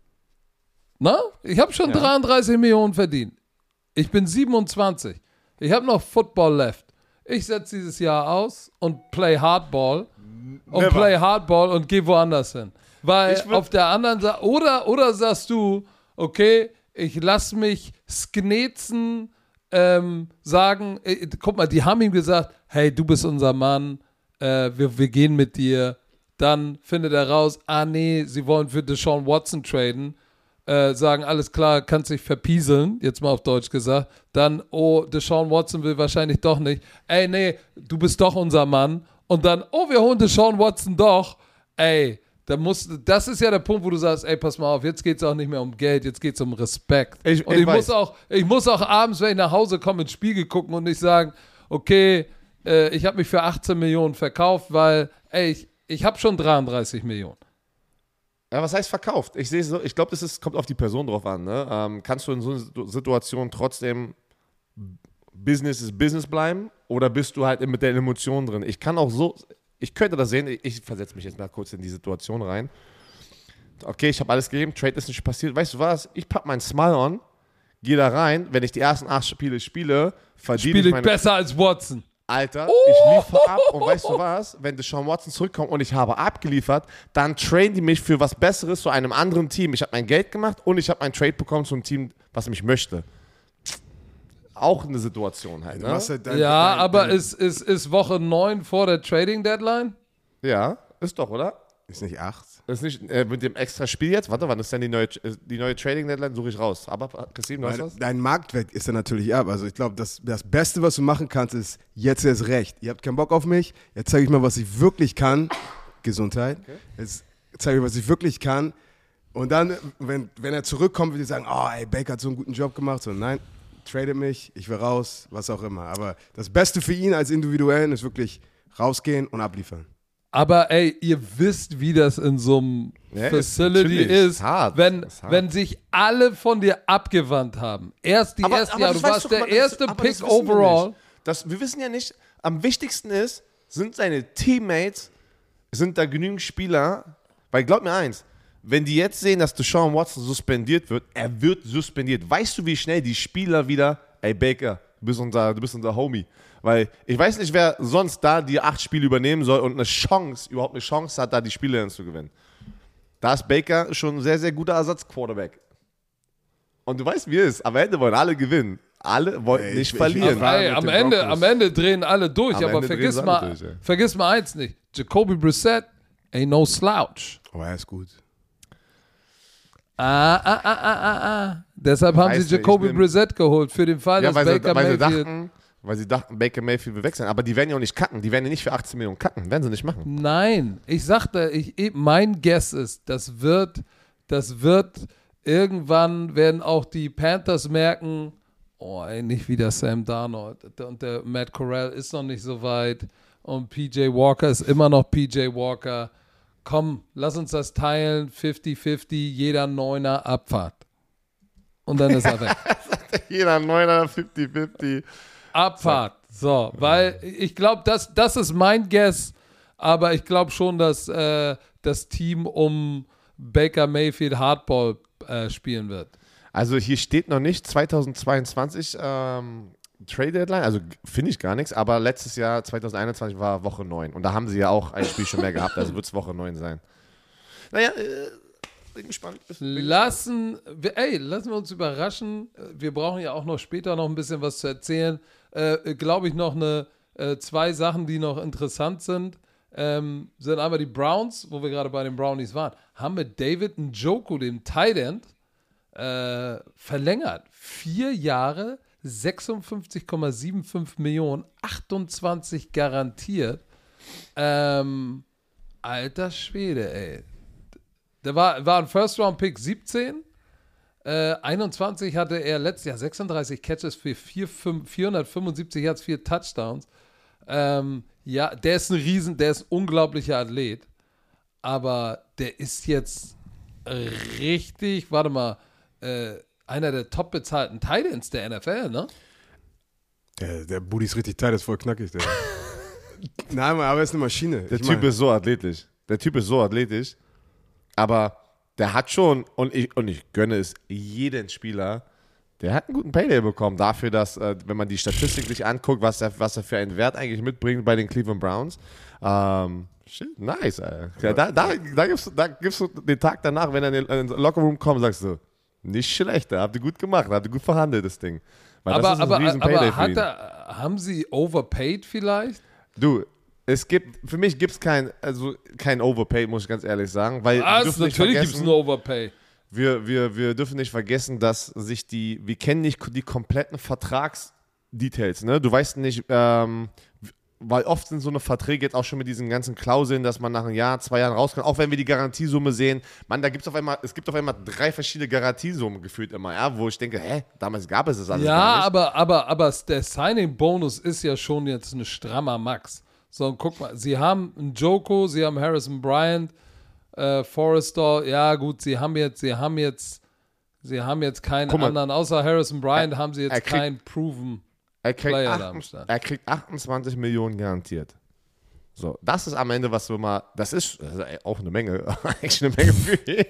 Na? Ich habe schon ja. dreiunddreißig Millionen verdient. Ich bin siebenundzwanzig. Ich habe noch Football left. Ich setze dieses Jahr aus und play Hardball. Und Never. play Hardball und geh woanders hin. Weil auf der anderen Seite, oder, oder sagst du, okay, ich lass mich sknetzen, ähm, sagen, äh, guck mal, die haben ihm gesagt, hey, du bist unser Mann, äh, wir, wir gehen mit dir. Dann findet er raus, ah nee, sie wollen für Deshaun Watson traden. Äh, sagen, alles klar, kannst dich verpieseln, jetzt mal auf Deutsch gesagt. Dann, oh, Deshaun Watson will wahrscheinlich doch nicht. Ey, nee, du bist doch unser Mann. Und dann, oh, wir holen Deshaun Watson doch. Ey, da muss, das ist ja der Punkt, wo du sagst, ey, pass mal auf, jetzt geht es auch nicht mehr um Geld, jetzt geht es um Respekt. Ich, und ich, ich muss auch, ich muss auch abends, wenn ich nach Hause komme, ins Spiegel gucken und nicht sagen, okay, äh, ich habe mich für achtzehn Millionen verkauft, weil, ey, ich, ich habe schon dreiunddreißig Millionen. Ja, was heißt verkauft? Ich sehe so, ich glaube, das ist, kommt auf die Person drauf an. Ne? Ähm, kannst du in so einer Situation trotzdem Business ist Business bleiben oder bist du halt mit der Emotion drin? Ich kann auch so, ich könnte das sehen, ich versetze mich jetzt mal kurz in die Situation rein. Okay, ich habe alles gegeben, Trade ist nicht passiert. Weißt du was? Ich packe meinen Smile on, gehe da rein, wenn ich die ersten acht Spiele spiele, verdiene Spiele ich meine... besser als Watson. Alter, oh. ich liefere ab und weißt du was? Wenn Deshaun Watson zurückkommt und ich habe abgeliefert, dann trainen die mich für was Besseres zu einem anderen Team. Ich habe mein Geld gemacht und ich habe einen Trade bekommen zu einem Team, was mich möchte. Auch eine Situation halt, ne? Halt dein, ja, dein, aber dein, ist, ist, ist Woche neun vor der Trading Deadline? Ja, ist doch, oder? Ist nicht acht. Ist nicht äh, mit dem extra Spiel jetzt? Warte, wann ist denn die neue, die neue Trading Deadline? Suche ich raus. Aber, Kassim, du hast was? Dein Marktwert ist ja natürlich ab. Also ich glaube, das, das Beste, was du machen kannst, ist jetzt erst recht. Ihr habt keinen Bock auf mich. Jetzt zeige ich mal, was ich wirklich kann. Gesundheit. Okay. Jetzt zeige ich, was ich wirklich kann. Und dann, wenn, wenn er zurückkommt, wird er sagen, oh, ey, Baker hat so einen guten Job gemacht. So, nein, tradet mich, ich will raus, was auch immer. Aber das Beste für ihn als Individuellen ist wirklich rausgehen und abliefern. Aber ey, ihr wisst, wie das in so einem Ja, Facility ist, ist, ist hart, wenn, ist hart. wenn sich alle von dir abgewandt haben. Erst die Aber- erste aber Jahr, das du weißt warst doch, der guck mal, das- erste aber Pick das wissen wir overall. nicht. Das, wir wissen ja nicht, am wichtigsten ist, sind seine Teammates, sind da genügend Spieler, weil glaub mir eins, wenn die jetzt sehen, dass Deshaun Watson suspendiert wird, er wird suspendiert. Weißt du, wie schnell die Spieler wieder, ey Baker, du bist unser, du bist unser Homie. Weil ich weiß nicht, wer sonst da die acht Spiele übernehmen soll und eine Chance, überhaupt eine Chance hat, da die Spiele dann zu gewinnen. Da ist Baker schon ein sehr, sehr guter Ersatzquarterback. Und du weißt, wie es ist. Am Ende wollen alle gewinnen. Alle wollten Ey, nicht ich- verlieren. ich war Ey, mit am den Ende, Broncos. am Ende drehen alle durch, Am aber Ende vergiss drehen sie alle mal, durch, ja. vergiss mal eins nicht. Jacoby Brissett ain't no slouch. Oh, er ist gut. Ah, ah, ah, ah, ah, ah. Deshalb haben Weißt sie du, Jacoby ich bin- Brissett geholt für den Fall, Ja, dass weil, Baker sie, weil, sie Mayfield... dachten, weil sie dachten, Baker Mayfield will wechseln. Aber die werden ja auch nicht cutten. Die werden ja nicht für achtzehn Millionen cutten. Werden sie nicht machen. Nein, ich sagte, ich, ich, mein Guess ist, das wird, das wird, irgendwann werden auch die Panthers merken, oh ey, nicht wieder Sam Darnold und der Matt Corral ist noch nicht so weit und P J Walker ist immer noch P J Walker. Komm, lass uns das teilen, fifty fifty, jeder Neuner Abfahrt. Und dann ist er weg. Jeder Neuner, fifty fifty. Abfahrt. So, weil ich glaube, das, das ist mein Guess, aber ich glaube schon, dass äh, das Team um Baker Mayfield Hardball äh, spielen wird. Also hier steht noch nicht zweitausendzweiundzwanzig ähm, Trade Deadline, also finde ich gar nichts, aber letztes Jahr, zweitausendeinundzwanzig, war Woche neun und da haben sie ja auch ein Spiel schon mehr gehabt, also wird es Woche neun sein. Naja, äh, bin gespannt. Bin Lassen, wir, ey, lassen wir uns überraschen. Wir brauchen ja auch noch später noch ein bisschen was zu erzählen. Äh, Glaube ich noch eine, äh, zwei Sachen, die noch interessant sind. Ähm, sind einmal die Browns, wo wir gerade bei den Brownies waren, haben mit David Njoku, dem Tight End, äh, verlängert. Vier Jahre, sechsundfünfzig Komma fünfundsiebzig Millionen, achtundzwanzig garantiert. Ähm, alter Schwede, ey. Der war, war ein First-Round-Pick siebzehn. Äh, einundzwanzig hatte er letztes Jahr sechsunddreißig Catches für vier, fünf, vierhundertfünfundsiebzig Yards, vier Touchdowns. Ähm, ja, der ist ein Riesen, der ist ein unglaublicher Athlet. Aber der ist jetzt richtig, warte mal, äh, einer der top bezahlten Tight Ends der N F L, ne? Der, der Booty ist richtig tight, ist voll knackig. Der. Nein, Mann, aber er ist eine Maschine. Der Ich Typ mein, ist so athletisch. Der Typ ist so athletisch. Aber der hat schon, und ich, und ich gönne es jeden Spieler, der hat einen guten Payday bekommen dafür, dass, äh, wenn man die Statistik sich anguckt, was er, was er für einen Wert eigentlich mitbringt bei den Cleveland Browns. Ähm, shit, nice, Alter. Ja, da, da, da, gibst du, da gibst du den Tag danach, wenn er in den, in den Lockerroom kommt, sagst du, nicht schlecht, habt ihr gut gemacht, habt ihr gut verhandelt, das Ding. Weil Aber, das ist ein aber, riesen Payday aber für hat ihn. er, haben sie overpaid vielleicht? Du, es gibt, für mich gibt es kein, also kein Overpay, muss ich ganz ehrlich sagen, weil wir Was? dürfen nicht Natürlich gibt es vergessen- ein Overpay. Wir, wir, wir dürfen nicht vergessen, dass sich die, wir kennen nicht die kompletten Vertragsdetails, ne? Du weißt nicht, ähm, weil oft sind so eine Verträge jetzt auch schon mit diesen ganzen Klauseln, dass man nach einem Jahr, zwei Jahren rauskommt, auch wenn wir die Garantiesumme sehen, man, da gibt es auf einmal, es gibt auf einmal drei verschiedene Garantiesummen gefühlt immer, ja, wo ich denke, hä, damals gab es das alles Ja, gar nicht. aber, aber, aber der Signing-Bonus ist ja schon jetzt ein strammer Max. So, und guck mal, sie haben einen Joko, sie haben Harrison Bryant, äh, Forrester, ja gut, sie haben jetzt, sie haben jetzt, sie haben jetzt keinen Guck mal, anderen, außer Harrison Bryant er- haben sie er jetzt kriegt- keinen proven. Er kriegt, Player da am achtund- Start. er kriegt achtundzwanzig Millionen garantiert. So, das ist am Ende, was wir mal, das ist, das ist auch eine Menge, eigentlich eine Menge für ihn.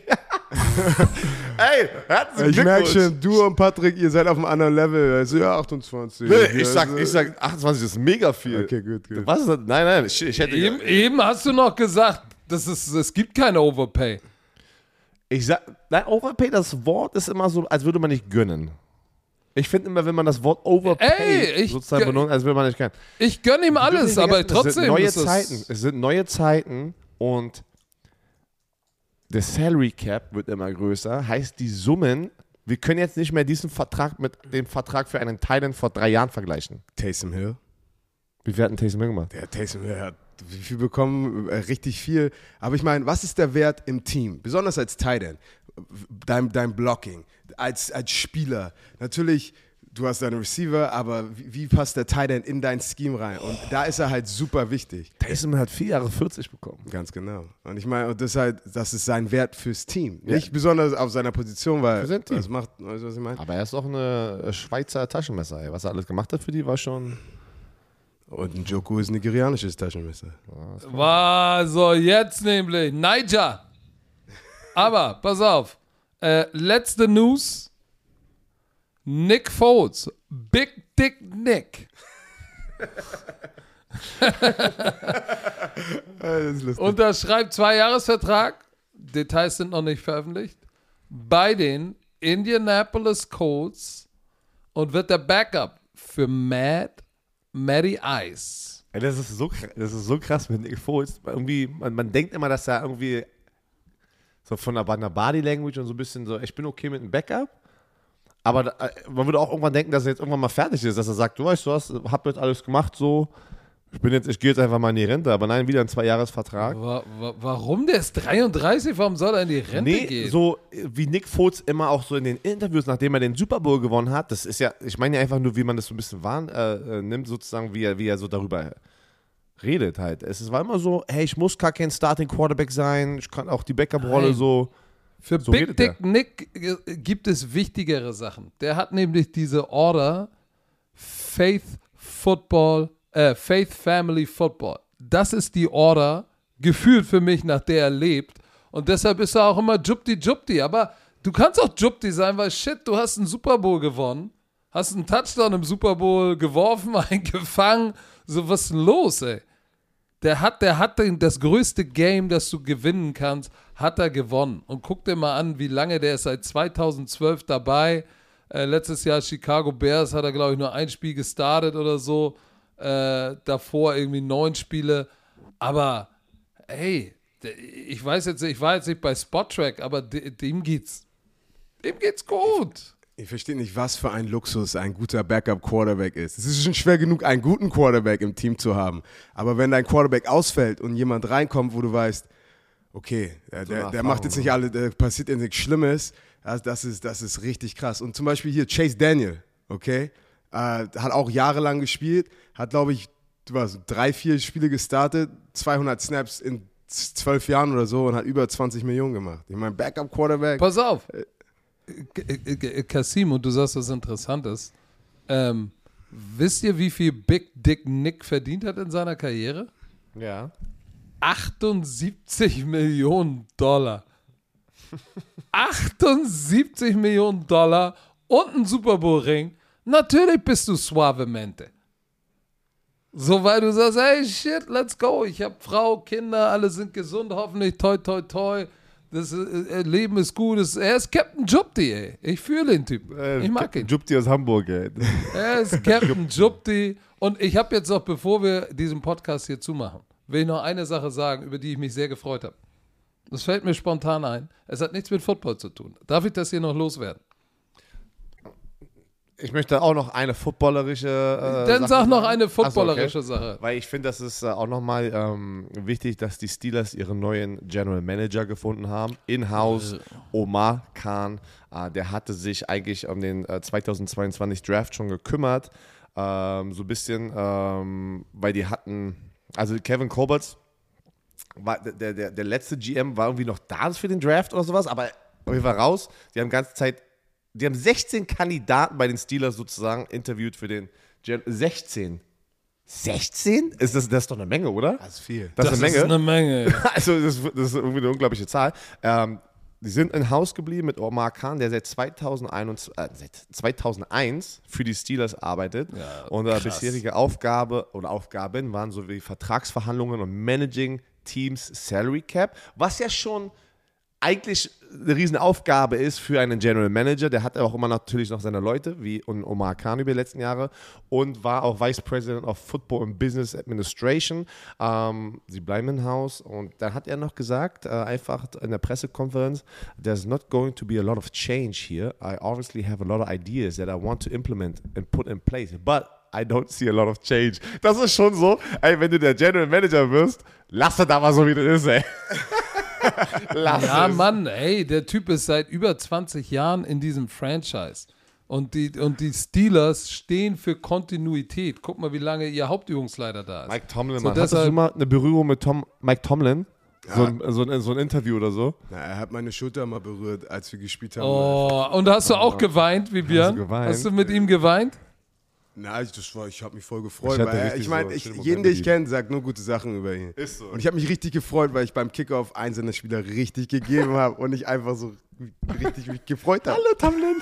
Ey, herzlichen ich merke Glückwunsch. schon, du und Patrick, ihr seid auf einem anderen Level. Also ja, achtundzwanzig. Nee, Ja, ich sag, also- ich sag, achtundzwanzig ist mega viel. Okay, gut, gut. Was ist das? Nein, nein, ich, ich hätte, Eben, eben hast du noch gesagt, das ist, es gibt keine Overpay. ich sag, nein, Overpay, das Wort ist immer so, als würde man nicht gönnen. Ich finde immer, wenn man das Wort Overpay Ey, ich sozusagen gö- benutzt, als würde man nicht gönnen. Ich gönne ihm alles, Nicht aber vergessen, trotzdem es sind neue ist es, Zeiten. Es sind neue Zeiten und der Salary Cap wird immer größer. Heißt, die Summen, wir können jetzt nicht mehr diesen Vertrag mit dem Vertrag für einen Titan vor drei Jahren vergleichen. Taysom Hill. Wie viel hat ein Taysom Hill gemacht? Der Taysom Hill hat wie viel bekommen, äh, richtig viel. Aber ich meine, was ist der Wert im Team? Besonders als Tight End. Dein, dein Blocking, als, als Spieler. Natürlich du hast deine Receiver, aber wie, wie passt der Tight End in dein Scheme rein? Und da ist er halt super wichtig. Taysom hat vier Jahre vierzig bekommen. Ganz genau. Und ich meine, und das, halt, das ist sein Wert fürs Team. Ja. Nicht besonders auf seiner Position, weil für sein Team. das macht, weißt du, was ich meine? Aber er ist auch eine Schweizer Taschenmesser. Ey. Was er alles gemacht hat für die, war schon... Und ein Njoku ist ein nigerianisches Taschenmesser. War so, jetzt nämlich Niger. Aber, pass auf, äh, letzte News. Nick Foles, Big Dick Nick. Unterschreibt Zwei-Jahres-Vertrag, Details sind noch nicht veröffentlicht, bei den Indianapolis Colts und wird der Backup für Matt Matty Ice. Ey, das ist so, das ist so krass mit Nick Foles. Irgendwie, man, man denkt immer, dass er irgendwie so von der, einer Body Language und so ein bisschen so, ich bin okay mit einem Backup. Aber da, man würde auch irgendwann denken, dass er jetzt irgendwann mal fertig ist, dass er sagt, du weißt du was, hab jetzt alles gemacht, so, ich bin jetzt, ich gehe jetzt einfach mal in die Rente. Aber nein, wieder ein Zwei-Jahres-Vertrag. Wa- wa- warum? Der ist dreiunddreißig, warum soll er in die Rente Nee, gehen? so wie Nick Foles immer auch so in den Interviews, nachdem er den Super Bowl gewonnen hat, das ist ja, ich meine ja einfach nur, wie man das so ein bisschen wahrnimmt, äh, nimmt, sozusagen, wie er, wie er so darüber redet halt. Es war immer so, hey, ich muss gar kein Starting Quarterback sein, ich kann auch die Backup-Rolle Nein. so. Für So Big redet Dick Nick äh, gibt es wichtigere Sachen. Der hat nämlich diese Order Faith Football, äh, Faith Family Football. Das ist die Order, gefühlt für mich, nach der er lebt. Und deshalb ist er auch immer Jupti Jupti. Aber du kannst auch Jupti sein, weil shit, du hast einen Super Bowl gewonnen, hast einen Touchdown im Super Bowl geworfen, einen gefangen. So, was ist denn los, ey? Der hat, der hat den, das größte Game, das du gewinnen kannst, hat er gewonnen. Und guck dir mal an, wie lange der ist seit zweitausendzwölf dabei. Äh, letztes Jahr Chicago Bears hat er, glaube ich, nur ein Spiel gestartet oder so. Äh, davor irgendwie neun Spiele. Aber, ey, ich weiß jetzt, ich war jetzt nicht bei Spottrack, aber de, dem geht's, dem geht's gut. Ich verstehe nicht, was für ein Luxus ein guter Backup-Quarterback ist. Es ist schon schwer genug, einen guten Quarterback im Team zu haben. Aber wenn dein Quarterback ausfällt und jemand reinkommt, wo du weißt, okay, der, der, der macht jetzt nicht alle, der passiert jetzt nichts Schlimmes, das, das, ist, das ist richtig krass. Und zum Beispiel hier Chase Daniel, okay, äh, hat auch jahrelang gespielt, hat, glaube ich, was, drei, vier Spiele gestartet, zweihundert Snaps in zwölf Jahren oder so und hat über zwanzig Millionen gemacht. Ich meine, Backup-Quarterback. Pass auf. Kasim, und du sagst was Interessantes. Ähm, wisst ihr, wie viel Big Dick Nick verdient hat in seiner Karriere? Ja. achtundsiebzig Millionen Dollar. achtundsiebzig Millionen Dollar und ein Super Bowl Ring. Natürlich bist du suavemente. So, weil du sagst, hey, shit, let's go. Ich habe Frau, Kinder, alle sind gesund, hoffentlich, toi, toi, toi. Das äh, Leben ist gut. Das, er ist Captain Jupti, ey. Ich fühle den Typ. Äh, Ich mag ihn. Jupti aus Hamburg, ey. Er ist Captain Jupti. Und ich habe jetzt noch, bevor wir diesen Podcast hier zumachen, will ich noch eine Sache sagen, über die ich mich sehr gefreut habe. Das fällt mir spontan ein. Es hat nichts mit Football zu tun. Darf ich das hier noch loswerden? Ich möchte auch noch eine footballerische äh, Dann Sache sag noch sagen. eine footballerische Ach so, okay. Sache. Weil ich finde, das ist äh, auch nochmal ähm, wichtig, dass die Steelers ihren neuen General Manager gefunden haben. In-house, Omar Khan. Äh, der hatte sich eigentlich um den äh, zweitausendzweiundzwanzig Draft schon gekümmert. Ähm, so ein bisschen, ähm, weil die hatten, also Kevin Colbert, war, der, der, der letzte G M war irgendwie noch da für den Draft oder sowas, aber er war raus. Die haben die ganze Zeit Die haben sechzehn Kandidaten bei den Steelers sozusagen interviewt für den Gen- sechzehn. sechzehn? Ist das, das ist doch eine Menge, oder? Das ist viel. Das, Das ist eine ist Menge. eine Menge. Also das, das ist irgendwie eine unglaubliche Zahl. Ähm, die sind in Haus geblieben mit Omar Khan, der seit zweitausendeins, äh, seit zweitausendeins für die Steelers arbeitet. Ja, und äh, krass. bisherige Aufgabe oder Aufgaben waren so wie Vertragsverhandlungen und Managing Teams Salary Cap, was ja schon eigentlich eine Riesenaufgabe ist für einen General Manager. Der hat aber auch immer natürlich noch seine Leute, wie Omar Khan über die letzten Jahre, und war auch Vice President of Football and Business Administration. Ähm, sie bleiben im Haus, und dann hat er noch gesagt, äh, einfach in der Pressekonferenz, there's not going to be a lot of change here. I obviously have a lot of ideas that I want to implement and put in place, but I don't see a lot of change. Das ist schon so, ey, wenn du der General Manager wirst, lass es da mal so, wie das ist, ey. Lass Ja, es. Mann, ey, der Typ ist seit über zwanzig Jahren in diesem Franchise. Und die, und die Steelers stehen für Kontinuität. Guck mal, wie lange ihr Hauptübungsleiter da ist. Mike Tomlin, So, Mann. Hattest deshalb- du mal eine Berührung mit Tom, Mike Tomlin? Ja. So, ein, so, ein, so ein Interview oder so? Na, er hat meine Schulter mal berührt, als wir gespielt haben. Oh, und hast du auch geweint, wie Björn? geweint? Hast du mit ihm geweint? Na, das war, ich habe mich voll gefreut. Ich hatte weil, richtig ich meine, so ich, schöne jeden, Momente den ich mit ihm. kenne, sagt nur gute Sachen über ihn. Ist so. Und ich habe mich richtig gefreut, weil ich beim Kickoff einen seiner Spieler richtig gegeben habe und ich einfach so richtig mich gefreut habe. Hallo, Tomlin.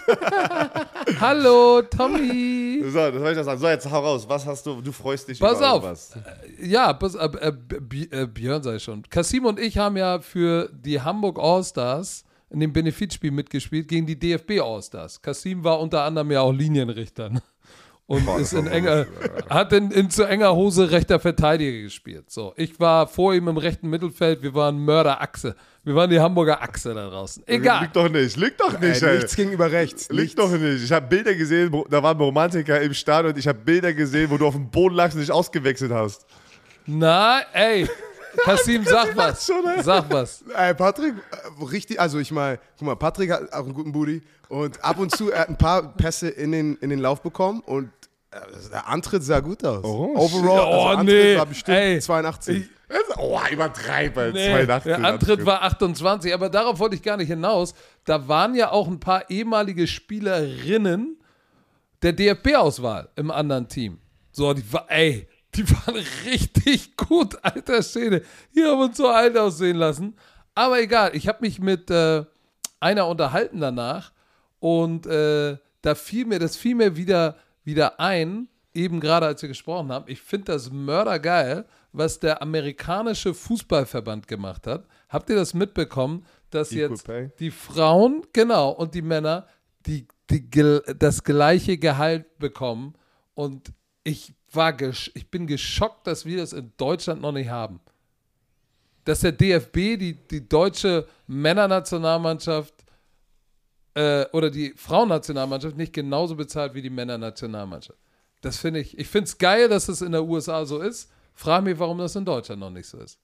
Hallo, Tommy. So, das soll ich das sagen. So, jetzt hau raus. Was hast du? Du freust dich Pass über auf. was? Ja, pass, äh, äh, B- äh, Björn sei schon. Kasim und ich haben ja für die Hamburg All-Stars in dem Benefizspiel mitgespielt gegen die D F B All-Stars. Kasim war unter anderem ja auch Linienrichter. Ne? Und ist in enger, hat in, in zu enger Hose rechter Verteidiger gespielt. So, ich war vor ihm im rechten Mittelfeld, wir waren Mörderachse. Wir waren die Hamburger Achse da draußen. Egal. Liegt doch nicht. Liegt doch nicht, Ey, ey. nichts gegenüber rechts. Liegt Nichts. doch nicht. Ich habe Bilder gesehen, wo, da waren Romantiker im Stadion und ich habe Bilder gesehen, wo du auf dem Boden lagst und dich ausgewechselt hast. Na, ey. Kasim, sag was. schon, ey. Sag was. Ey, Patrick, äh, richtig, also ich meine, guck mal, Patrick hat auch einen guten Booty und ab und zu, er hat ein paar Pässe in den, in den Lauf bekommen und äh, der Antritt sah gut aus. Oh, Overall, shit. Oh, also Antritt nee. war bestimmt Ey. zweiundachtzig. Oh, übertreib bei Nee, zweiundachtzig. der Antritt war achtundzwanzig, aber darauf wollte ich gar nicht hinaus. Da waren ja auch ein paar ehemalige Spielerinnen der D F B-Auswahl im anderen Team. So, die war, ey, die waren richtig gut, alter Schwede. Hier haben wir uns so alt aussehen lassen. Aber egal, ich habe mich mit äh, einer unterhalten danach und äh, da fiel mir, das fiel mir wieder, wieder ein, eben gerade als wir gesprochen haben. Ich finde das mördergeil, was der amerikanische Fußballverband gemacht hat. Habt ihr das mitbekommen, dass Equal jetzt Pay? die Frauen, genau, und die Männer die, die, gel- das gleiche Gehalt bekommen? Und ich war gesch- ich bin geschockt, dass wir das in Deutschland noch nicht haben. Dass der D F B die, die deutsche Männernationalmannschaft äh, oder die Frauennationalmannschaft nicht genauso bezahlt wie die Männernationalmannschaft. Das finde ich, ich finde es geil, dass es in der U S A so ist. Frag mich, warum das in Deutschland noch nicht so ist.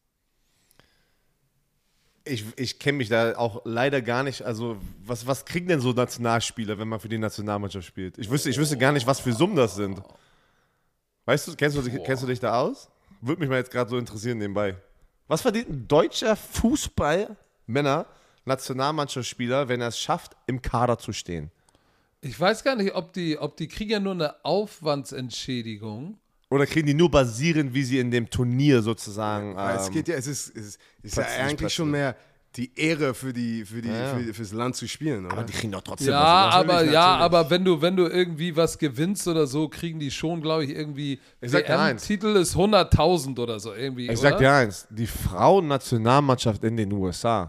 Ich, ich kenne mich da auch leider gar nicht. Also, was, was kriegen denn so Nationalspieler, wenn man für die Nationalmannschaft spielt? Ich wüsste, ich wüsste gar nicht, was für Summen das sind. Weißt du, kennst du, dich- kennst du dich da aus? Würde mich mal jetzt gerade so interessieren nebenbei. Was verdient ein deutscher Fußball-Männer, Nationalmannschaftsspieler, wenn er es schafft, im Kader zu stehen? Ich weiß gar nicht, ob die, ob die kriegen ja nur eine Aufwandsentschädigung. Oder kriegen die nur basierend, wie sie in dem Turnier sozusagen. Weil es ähm, geht ja, es ist, es ist, ist ja Platz- eigentlich Platz- schon mehr die Ehre für die, für die, Ja, ja. Für, fürs Land zu spielen, oder? aber die kriegen doch trotzdem Ja, was. aber natürlich, ja, natürlich. aber wenn du, wenn du irgendwie was gewinnst oder so, kriegen die schon, glaube ich, irgendwie Ich sag dir eins. Titel ist hunderttausend oder so irgendwie. Ich sag oder? dir eins, die Frauennationalmannschaft in den U S A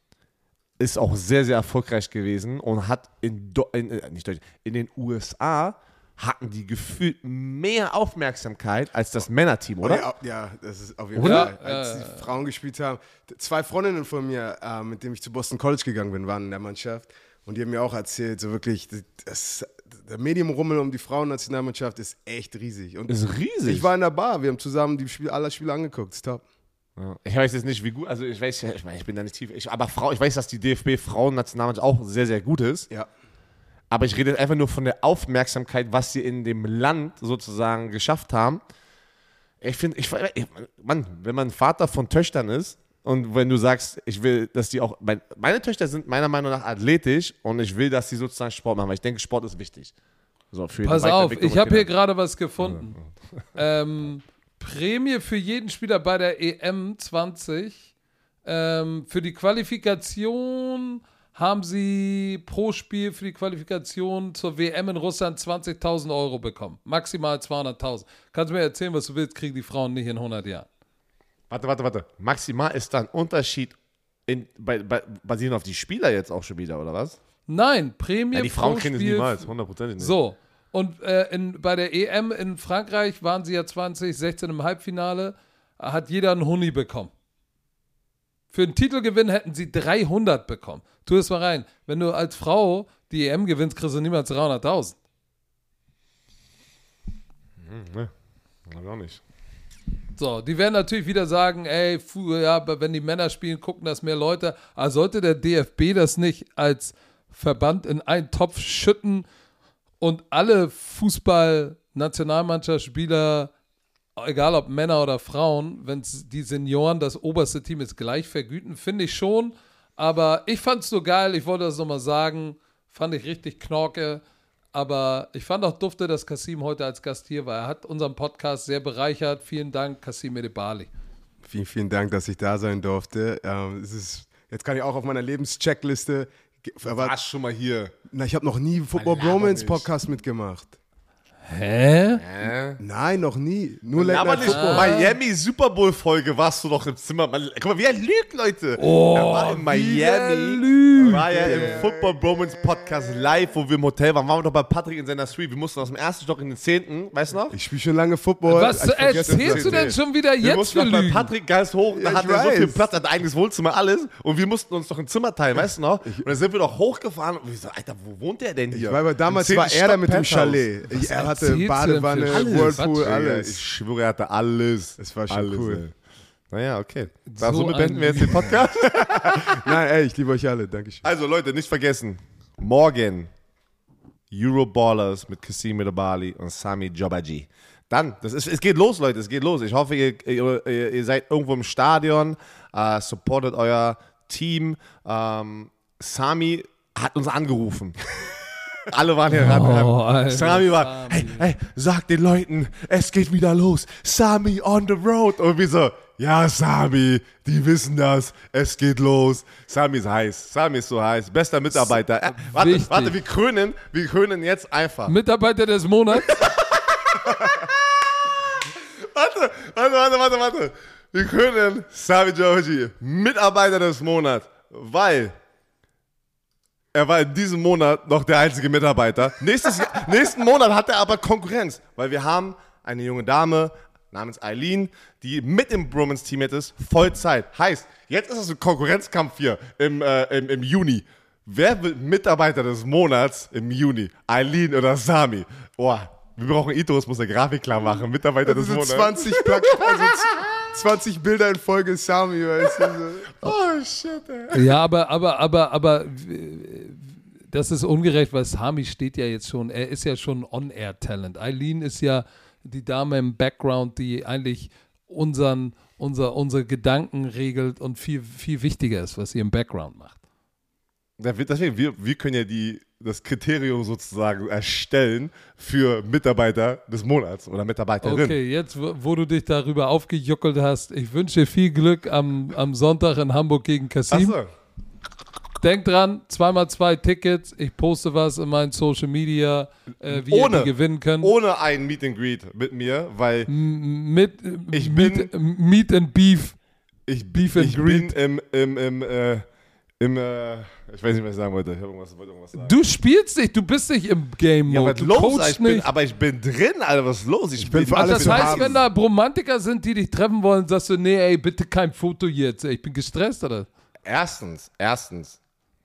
ist auch sehr, sehr erfolgreich gewesen und hat in, Do in, äh, nicht Deutsch, in den U S A hatten die gefühlt mehr Aufmerksamkeit als das Männerteam, oder? Ja, ja, das ist auf jeden Oder? Fall. Als Ja, die ja, ja. Frauen gespielt haben, zwei Freundinnen von mir, äh, mit denen ich zu Boston College gegangen bin, waren in der Mannschaft. Und die haben mir auch erzählt, so wirklich, das, der Medienrummel um die Frauennationalmannschaft ist echt riesig. Und Ist riesig. ich war in der Bar, wir haben zusammen die Spiel, alle Spiele angeguckt. Ist top. Ja. Ich weiß jetzt nicht, wie gut, also ich weiß, ja, ich meine, ich bin da nicht tief, ich, aber Frau, ich weiß, dass die D F B-Frauennationalmannschaft auch sehr, sehr gut ist. Ja. Aber ich rede jetzt einfach nur von der Aufmerksamkeit, was sie in dem Land sozusagen geschafft haben. Ich finde, ich, ich, Mann, wenn man Vater von Töchtern ist und wenn du sagst, ich will, dass die auch, mein, meine Töchter sind meiner Meinung nach athletisch und ich will, dass sie sozusagen Sport machen, weil ich denke, Sport ist wichtig. So, für die Pass auf, Weiterentwicklung ich von habe hier Kindern. gerade was gefunden. ähm, Prämie für jeden Spieler bei der E M zwanzig. Ähm, für die Qualifikation haben sie pro Spiel für die Qualifikation zur W M in Russland zwanzigtausend Euro bekommen. Maximal zweihunderttausend. Kannst du mir erzählen, was du willst, kriegen die Frauen nicht in hundert Jahren. Warte, warte, warte. Maximal ist da ein Unterschied in, bei, bei, basierend auf die Spieler jetzt auch schon wieder, oder was? Nein, Prämie Ja, die Frauen pro kriegen es Spiel. niemals, hundertprozentig nicht. So, und äh, in, bei der E M in Frankreich waren sie ja zwanzig sechzehn im Halbfinale, hat jeder einen Huni bekommen. Für einen Titelgewinn hätten sie dreihundert bekommen. Tu es mal rein. Wenn du als Frau die E M gewinnst, kriegst du niemals dreihunderttausend. Hm, ne, glaube ich auch nicht. So, die werden natürlich wieder sagen, ey, fu- ja, aber wenn die Männer spielen, gucken das mehr Leute. Aber sollte der D F B das nicht als Verband in einen Topf schütten und alle Fußball-Nationalmannschaftsspieler, egal ob Männer oder Frauen, wenn die Senioren das oberste Team ist, gleich vergüten, finde ich schon. Aber ich fand es so geil, ich wollte das nochmal sagen, fand ich richtig knorke. Aber ich fand auch dufte, dass Kasim heute als Gast hier war. Er hat unseren Podcast sehr bereichert. Vielen Dank, Kasim Edebali. Vielen, vielen Dank, dass ich da sein durfte. Ähm, es ist, jetzt kann ich auch auf meiner Lebenscheckliste. Du warst schon mal hier. Na, ich habe noch nie Football Bromance Podcast mitgemacht. Hä? Hä? Nein, noch nie. Nur Late Aber Night nicht Football. Miami Super Bowl Folge warst du doch im Zimmer. Man, guck mal, wie er lügt, Leute. Oh, er war in Miami. lügt. War ja im Football Bromance Podcast live, wo wir im Hotel waren. Waren wir doch bei Patrick in seiner Suite. Wir mussten aus dem ersten Stock in den zehnten, weißt du noch? Ich spiele schon lange Football. Was Ich vergesse erzählst du das. denn schon wieder Wir jetzt mussten für noch bei Lügen? Patrick ganz hoch, da Ja, hat ich er so viel weiß. Platz, hat ein eigenes Wohnzimmer, alles. Und wir mussten uns doch ein Zimmer teilen, weißt du noch? Und dann sind wir doch hochgefahren und wir so, Alter, wo wohnt der denn hier? Ich war aber damals Im war zehnten er da mit dem Stock Penthouse. Chalet. Ich, er hatte erzählst du denn Badewanne, für Alles. Whirlpool, Quatsch, Ja, alles. ich schwöre, er hatte alles. Es war schon alles, cool. Ey. Naja, okay. So, So somit beenden ein wir jetzt den Podcast. Nein, ey, ich liebe euch alle. Dankeschön. Also Leute, nicht vergessen, morgen Euroballers mit Kasim Edebali und Sami Jobaji. Dann, das ist, es geht los, Leute, es geht los. Ich hoffe, ihr, ihr, ihr seid irgendwo im Stadion, äh, supportet euer Team. Ähm, Sami hat uns angerufen. Alle waren hier ran. Oh, Alter, Sami war, hey, hey, sag den Leuten, es geht wieder los. Sami on the road. Und wir so, ja, Sami, die wissen das, es geht los. Sami ist heiß, Sami ist so heiß, bester Mitarbeiter. Äh, warte, Wichtig. warte, wir krönen, wir krönen jetzt einfach. Mitarbeiter des Monats. Warte, warte, warte, warte, warte. Wir krönen Sami Jobaji, Mitarbeiter des Monats, weil er war in diesem Monat noch der einzige Mitarbeiter. Nächstes Jahr, nächsten Monat hat er aber Konkurrenz, weil wir haben eine junge Dame namens Eileen, die mit im Bromance-Team jetzt ist, Vollzeit. Heißt, jetzt ist es ein Konkurrenzkampf hier im, äh, im, im Juni. Wer wird Mitarbeiter des Monats im Juni? Eileen oder Sami? Boah, wir brauchen Itos, muss eine Grafik klar machen. Mitarbeiter des Diese Monats. zwanzig, Plak also zwanzig Bilder in Folge Sami, weißt du. So. Oh, shit, ey. Ja, aber, aber, aber, aber das ist ungerecht, weil Sami steht ja jetzt schon, er ist ja schon On-Air-Talent. Eileen ist ja die Dame im Background, die eigentlich unseren, unser, unsere Gedanken regelt und viel, viel wichtiger ist, was sie im Background macht. Deswegen, wir, wir können ja die, das Kriterium sozusagen erstellen für Mitarbeiter des Monats oder Mitarbeiterin. Okay, jetzt, wo wo du dich darüber aufgejuckelt hast, ich wünsche dir viel Glück am, am Sonntag in Hamburg gegen Kasim. Achso. Denk dran, zweimal zwei Tickets. Ich poste was in meinen Social Media, äh, wie Ohne- ihr die gewinnen könnt. Ohne ein Meet and Greet mit mir, weil Mit Ich Meet, Meet and Beef. ich, Beef and ich bin im, im, im, äh, im äh, ich weiß nicht, was ich sagen wollte. Ich hab irgendwas, wollte irgendwas sagen. Du spielst nicht, du bist nicht im Game Ja, Mode. was du los? coachst Ich bin, nicht. aber ich bin drin, Alter, was ist los? Ich, bin für Ach, alles das zu heißt, haben. wenn da Bromantiker sind, die dich treffen wollen, sagst du, nee, ey, bitte kein Foto jetzt. Ey, ich bin gestresst, oder? Erstens, erstens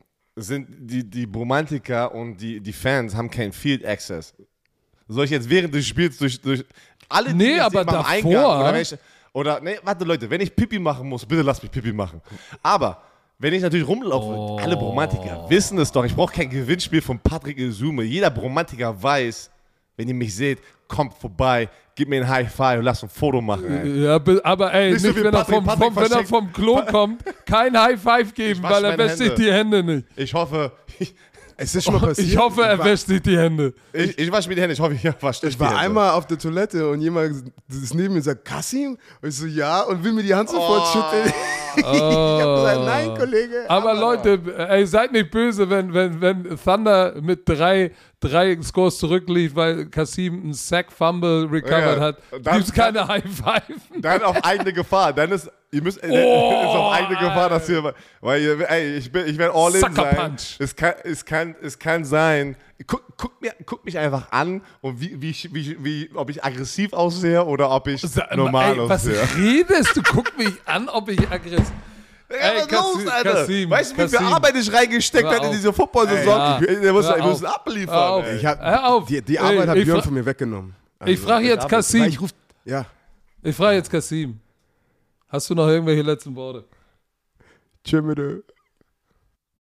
sind die, die Bromantiker und die, die Fans haben keinen Field Access. Soll ich jetzt während des Spiels durch, durch alle Nee, Teams aber sehen beim davor- Eingang oder, wenn ich, oder nee, warte Leute, wenn ich Pipi machen muss, bitte lass mich Pipi machen. Aber wenn ich natürlich rumlaufe, Oh. alle Bromantiker wissen es doch, ich brauche kein Gewinnspiel von Patrick Isume. Jeder Bromantiker weiß, wenn ihr mich seht, kommt vorbei, gib mir ein High Five und lass ein Foto machen. Ey. Ja, be- aber ey, Nicht nicht, so wie wenn, er Patrick. vom, Patrick vom, wenn er verschenkt- vom Klo kommt, kein High Five geben, wasch weil er meine wäscht sich Hände. die Hände nicht. Ich hoffe, ich, Es ist schon mal passiert. Ich hoffe, er war- wäscht sich die Hände. ich, ich wasche mir die Hände, ich hoffe, ich wasche Ich war einmal auf der Toilette und jemand ist neben mir und sagt, Kassim? Und ich so, ja, und will mir die Hand sofort schütteln. Ich hab gesagt, nein, Kollege. Aber Leute, ey, seid nicht böse, wenn, wenn, wenn Thunder mit drei, drei Scores zurückliegt, weil Kasim einen Sack-Fumble recovered Ja, hat. dann- Gibt's keine High-Five. Dann auf eigene Gefahr. Dann ist, ihr müsst, äh, Oh, ist auf eigene Gefahr, dass ihr, weil ihr, ey, ich bin, ich werde all in Sucker sein. Punch. Es kann, es kann, es kann sein. Guck, guck, mir, guck mich einfach an und wie, wie, ich- wie, wie, ob ich aggressiv aussehe oder ob ich normal ey, was aussehe. redest du? Guck mich an, ob ich aggressiv... Ja, was Ey, ist los, Kassim, Alter? Kassim, weißt du, wie viel Kassim. Arbeit ich reingesteckt Hör habe in auf. diese Football-Saison? Ey, ja. Ich, ich muss, Hör ich muss auf. Hör abliefern. auf. ey. Ich hab, Hör auf. Die, die Arbeit Ey, hat ich Björn fra- von mir weggenommen. Ich frage jetzt Weil Kassim. ich ruf, ja, Ich frage jetzt Kassim. Hast du noch irgendwelche letzten Worte? tschüss, bitte.